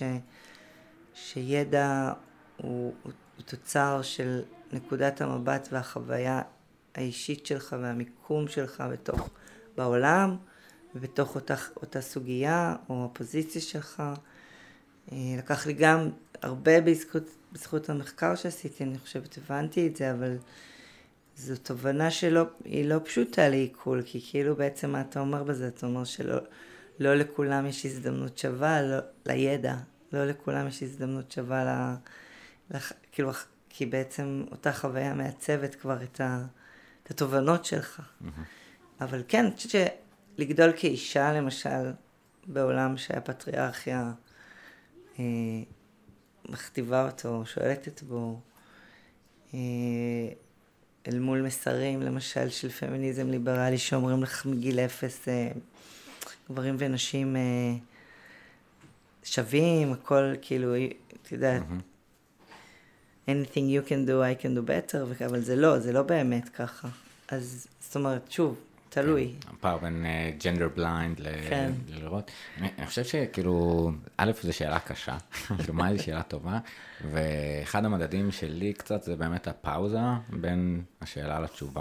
שידע הוא, הוא, הוא תוצר של נקודת המבט והחוויה האישית שלך והמיקום שלך בתוך, בעולם, ובתוך אותה, אותה סוגיה או הפוזיציה שלך. לקח לי גם הרבה בזכות, בזכות המחקר שעשיתי, אני חושבת, הבנתי את זה, אבל זו תובנה שלא, היא לא פשוטה לעיכול, כי כאילו בעצם מה אתה אומר בזה, אתה אומר שלא לא לכולם יש הזדמנות שווה לא, לידע, לא לכולם יש הזדמנות שווה לח, כאילו, כי בעצם אותה חוויה מעצבת כבר את, ה, את התובנות שלך. Mm-hmm. אבל כן, אני חושבת שלגדול כאישה, למשל, בעולם שהפטריארכיה אה, מכתיבה אותו, שואלת בו, אה, אל מול מסרים, למשל, של פמיניזם ליברלי, שאומרים לך מגיל אפס, אה, גברים ונשים אה, שווים, הכל כאילו, אתה יודעת, mm-hmm. anything you can do, I can do better, אבל זה לא, זה לא באמת ככה. אז זאת אומרת, שוב, תלוי. כן, הפער בין uh, gender blind כן. ל- לראות. אני, אני חושב שכאילו, א', זו שאלה קשה, מה היא שאלה טובה, ואחד המדדים שלי קצת זה באמת הפאוזה בין השאלה לתשובה.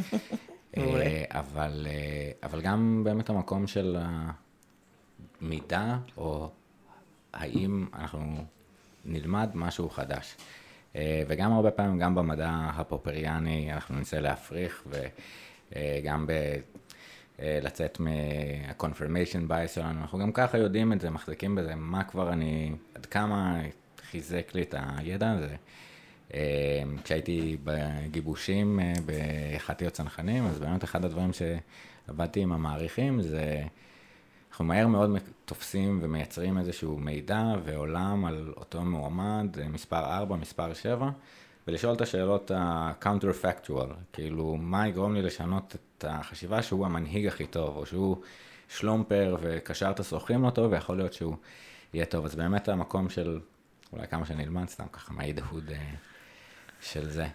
אבל, אבל גם באמת המקום של המידע, או האם אנחנו נלמד משהו חדש. וגם הרבה פעמים, גם במדע הפופריאני, אנחנו ננסה להפריך, וגם ב... לצאת מה-confirmation bias שלנו, אנחנו גם ככה יודעים את זה, מחזיקים בזה, מה כבר אני, עד כמה חיזק לי את הידע הזה. כשהייתי בגיבושים באחד צנחנים, אז באמת אחד הדברים שעבדתי עם המעריכים, זה אנחנו מהר מאוד תופסים ומייצרים איזשהו מידע ועולם על אותו מועמד, מספר ארבע, מספר שבע, ולשאול את השאלות ה-counterfactual, כאילו מה יגרום לי לשנות את החשיבה שהוא המנהיג הכי טוב, או שהוא שלומפר וקשר את הסוחרים לו טוב, ויכול להיות שהוא יהיה טוב. אז באמת המקום של, אולי כמה שנלמד, סתם ככה מההידהוד של זה.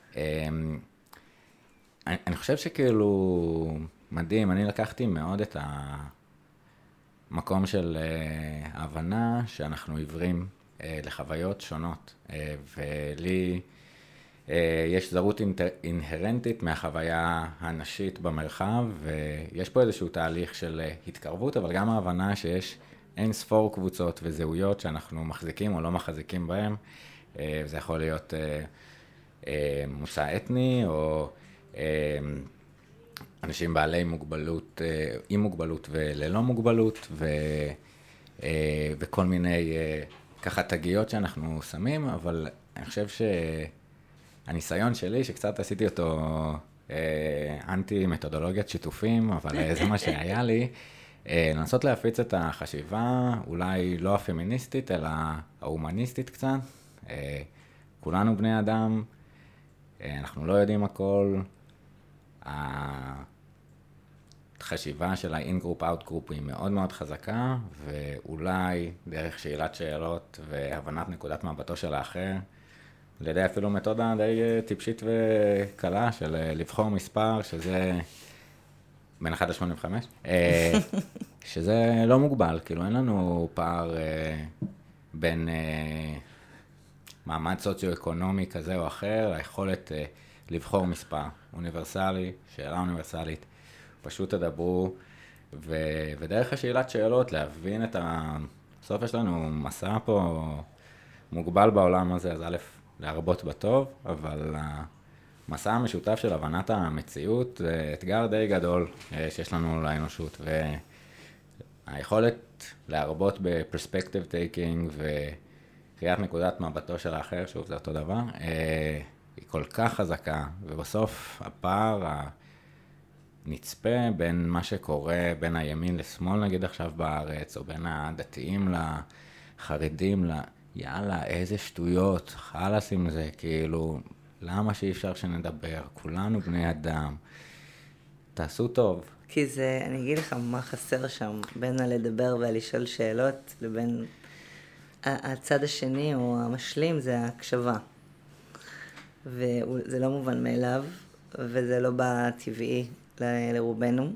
אני, אני חושב שכאילו מדהים, אני לקחתי מאוד את המקום של ההבנה שאנחנו עיוורים לחוויות שונות, ולי יש זרות אינהרנטית מהחוויה הנשית במרחב, ויש פה איזשהו תהליך של התקרבות, אבל גם ההבנה שיש אין ספור קבוצות וזהויות שאנחנו מחזיקים או לא מחזיקים בהם. זה יכול להיות מוצא אתני, או אנשים בעלי מוגבלות, עם מוגבלות וללא מוגבלות, ו, וכל מיני ככה תגיות שאנחנו שמים, אבל אני חושב שהניסיון שלי, שקצת עשיתי אותו אנטי מתודולוגיית שיתופים, אבל זה מה שהיה לי, לנסות להפיץ את החשיבה, אולי לא הפמיניסטית, אלא ההומניסטית קצת. כולנו בני אדם, אנחנו לא יודעים הכל. החשיבה של ה-in-group, out-group היא מאוד מאוד חזקה, ואולי דרך שאלת שאלות והבנת נקודת מבטו של האחר, על ידי אפילו מתודה די טיפשית וקלה של לבחור מספר, שזה בין אחד ל-שמונים וחמש, שזה לא מוגבל, כאילו אין לנו פער בין מעמד סוציו-אקונומי כזה או אחר, היכולת לבחור מספר אוניברסלי, שאלה אוניברסלית, פשוט תדברו, ו- ודרך השאלת שאלות להבין את ה... בסוף יש לנו מסע פה מוגבל בעולם הזה, אז א', להרבות בטוב, אבל המסע המשותף של הבנת המציאות זה אתגר די גדול שיש לנו לאנושות, והיכולת להרבות בפרספקטיב טייקינג וקריאת נקודת מבטו של האחר, שוב זה אותו דבר, היא כל כך חזקה, ובסוף הפער הנצפה בין מה שקורה בין הימין לשמאל נגיד עכשיו בארץ, או בין הדתיים לחרדים, ל... יאללה, איזה שטויות, חלאס עם זה, כאילו, למה שאי אפשר שנדבר? כולנו בני אדם, תעשו טוב. כי זה, אני אגיד לך מה חסר שם, בין הלדבר ולשאול שאלות, לבין הצד השני או המשלים, זה ההקשבה. וזה לא מובן מאליו, וזה לא בא טבעי ל- לרובנו.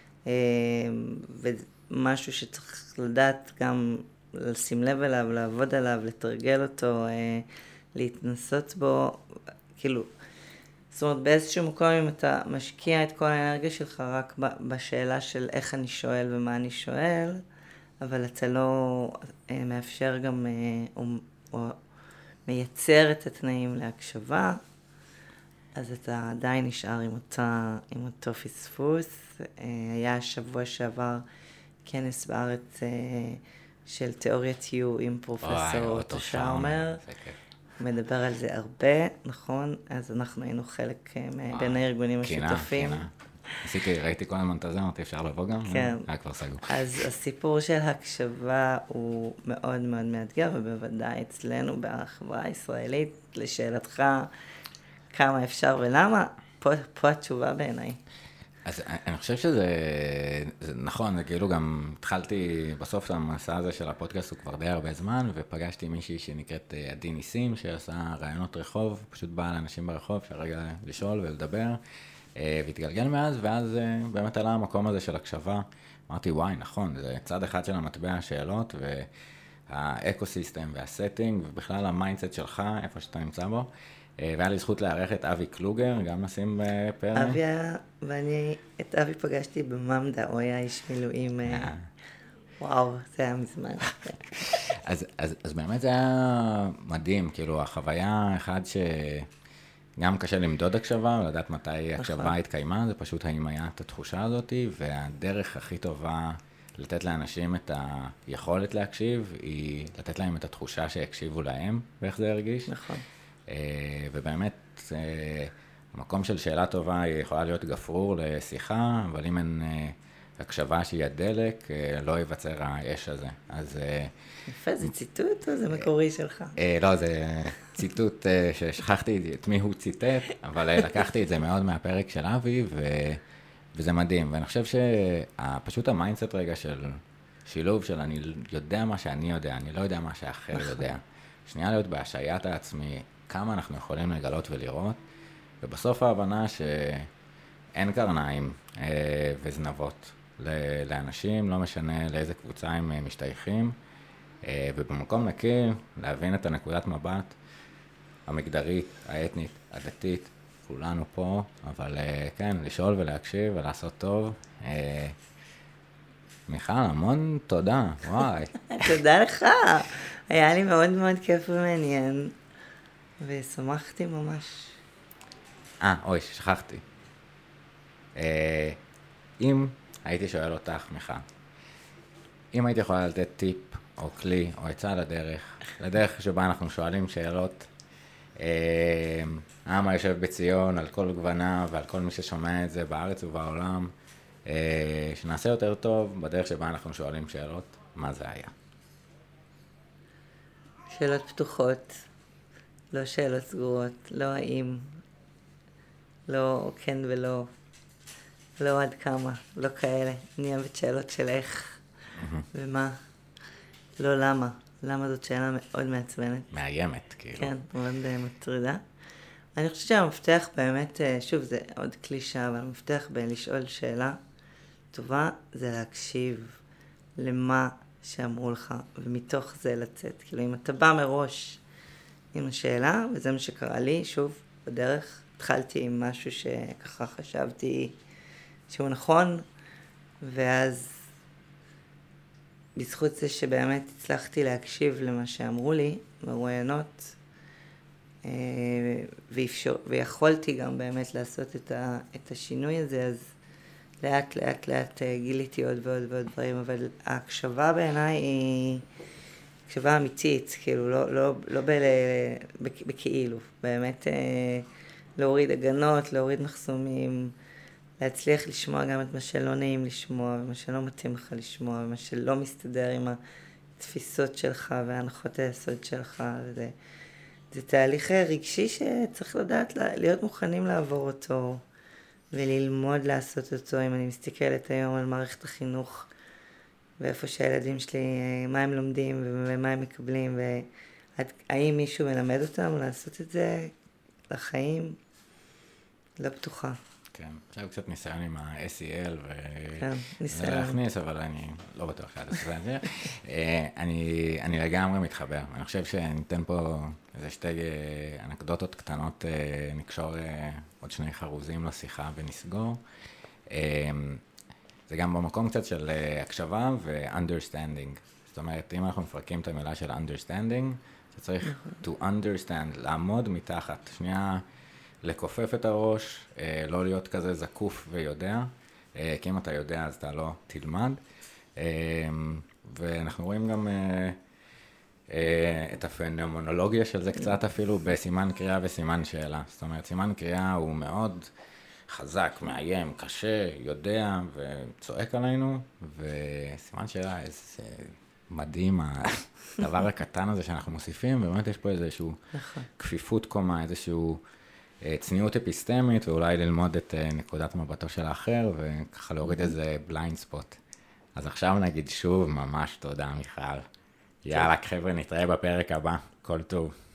ומשהו שצריך לדעת גם לשים לב אליו, לעבוד עליו, לתרגל אותו, להתנסות בו, כאילו, זאת אומרת, באיזשהו מקום אם אתה משקיע את כל האנרגיה שלך רק בשאלה של איך אני שואל ומה אני שואל, אבל אתה לא מאפשר גם, או, או מייצר את התנאים להקשבה, אז אתה עדיין נשאר עם, אותה, עם אותו פספוס. היה שבוע שעבר כנס בארץ של תיאוריית יו עם פרופסור אוטו שאומר, מדבר על זה הרבה, נכון? אז אנחנו היינו חלק בין הארגונים השותפים. קינה, קינה. עשיתי, ראיתי כל הזמן את זה, אמרתי, אפשר לבוא גם? כן. היה כבר סגור. אז הסיפור של הקשבה הוא מאוד מאוד מאתגר, ובוודאי אצלנו בחברה הישראלית, לשאלתך כמה אפשר ולמה, פה, פה התשובה בעיניי. אז אני חושב שזה זה נכון, זה כאילו גם התחלתי בסוף המסע הזה של הפודקאסט, הוא כבר די הרבה זמן, ופגשתי מישהי שנקראת עדי ניסים, שעושה רעיונות רחוב, פשוט באה לאנשים ברחוב, אפשר רגע לשאול ולדבר, והתגלגל מאז, ואז באמת עלה המקום הזה של הקשבה, אמרתי וואי נכון, זה צד אחד של המטבע השאלות, והאקוסיסטם והסטינג, ובכלל המיינדסט שלך, איפה שאתה נמצא בו, והיה לי זכות לארח את אבי קלוגר, גם נשים בפרק. אבי היה, ואני את אבי פגשתי בממדה, הוא היה איש מילואים, וואו, זה היה מזמן. אז, אז, אז באמת זה היה מדהים, כאילו החוויה אחד שגם קשה למדוד הקשבה, לדעת מתי הקשבה התקיימה, זה פשוט האם היה את התחושה הזאת, והדרך הכי טובה לתת לאנשים את היכולת להקשיב, היא לתת להם את התחושה שיקשיבו להם, ואיך זה הרגיש. נכון. ובאמת, המקום של שאלה טובה היא יכולה להיות גפרור לשיחה, אבל אם אין הקשבה שהיא הדלק, לא ייווצר האש הזה. אז... יפה, זה ציטוט או זה מקורי שלך? לא, זה ציטוט ששכחתי את מי הוא ציטט, אבל לקחתי את זה מאוד מהפרק של אבי, וזה מדהים. ואני חושב שפשוט המיינדסט רגע של שילוב של אני יודע מה שאני יודע, אני לא יודע מה שאחר יודע. שנייה להיות בהשעיית העצמי, כמה אנחנו יכולים לגלות ולראות, ובסוף ההבנה שאין קרניים אה, וזנבות לאנשים, לא משנה לאיזה קבוצה הם משתייכים, אה, ובמקום נקי להבין את הנקודת מבט המגדרית, האתנית, הדתית, כולנו פה, אבל אה, כן, לשאול ולהקשיב ולעשות טוב. אה, מיכל, המון תודה, וואי. תודה לך, היה לי מאוד מאוד כיף ומעניין. ושמחתי ממש. אה, אוי, שכחתי. אה, אם הייתי שואל אותך, מיכל, אם הייתי יכולה לתת טיפ או כלי או עצה לדרך, לדרך שבה אנחנו שואלים שאלות, אה, העם היושב בציון על כל גווניו ועל כל מי ששומע את זה בארץ ובעולם, אה, שנעשה יותר טוב בדרך שבה אנחנו שואלים שאלות, מה זה היה? שאלות פתוחות. לא שאלות סגורות, לא האם, לא כן ולא, לא עד כמה, לא כאלה. אני אוהבת שאלות של איך ומה, לא למה. למה זאת שאלה מאוד מעצבנת. מאיימת, כאילו. כן, מאוד מטרידה. אני חושבת שהמפתח באמת, שוב, זה עוד קלישה, אבל המפתח בלשאול שאלה טובה זה להקשיב למה שאמרו לך, ומתוך זה לצאת. כאילו, אם אתה בא מראש עם השאלה, וזה מה שקרה לי, שוב, בדרך, התחלתי עם משהו שככה חשבתי שהוא נכון, ואז בזכות זה שבאמת הצלחתי להקשיב למה שאמרו לי, מרואיינות, ואפשר, ויכולתי גם באמת לעשות את, ה, את השינוי הזה, אז לאט לאט לאט גיליתי עוד ועוד ועוד דברים, אבל ההקשבה בעיניי היא הקשבה אמיתית, כאילו לא, לא, לא ב, בכאילו, באמת להוריד הגנות, להוריד מחסומים, להצליח לשמוע גם את מה שלא נעים לשמוע, ומה שלא מתאים לך לשמוע, ומה שלא מסתדר עם התפיסות שלך והנחות היסוד שלך, וזה, זה תהליך רגשי שצריך לדעת להיות מוכנים לעבור אותו, וללמוד לעשות אותו. אם אני מסתכלת היום על מערכת החינוך, ואיפה שהילדים שלי, מה הם לומדים ומה הם מקבלים, והאם מישהו מלמד אותם לעשות את זה לחיים, לא פתוחה. כן, עכשיו קצת ניסיון עם ה-אס אי אל, כן, ניסיון. להכניס, אבל אני לא בטוח שעד הסביבה הזה. אני לגמרי מתחבר. אני חושב שניתן פה איזה שתי אנקדוטות קטנות, נקשור עוד שני חרוזים לשיחה ונסגור. זה גם במקום קצת של הקשבה ו-understanding. זאת אומרת, אם אנחנו מפרקים את המילה של understanding, זה צריך to understand, לעמוד מתחת. שנייה, לקופף את הראש, לא להיות כזה זקוף ויודע, כי אם אתה יודע אז אתה לא תלמד. ואנחנו רואים גם את הפנומנולוגיה של זה קצת אפילו בסימן קריאה וסימן שאלה. זאת אומרת, סימן קריאה הוא מאוד חזק, מאיים, קשה, יודע וצועק עלינו, וסימן שאלה, איזה מדהים הדבר הקטן הזה שאנחנו מוסיפים, ובאמת יש פה איזשהו כפיפות קומה, איזשהו צניעות אפיסטמית, ואולי ללמוד את נקודת מבטו של האחר, וככה להוריד איזה בליינד ספוט. אז עכשיו נגיד שוב, ממש תודה מיכל. יאללה, חבר'ה, נתראה בפרק הבא. כל טוב.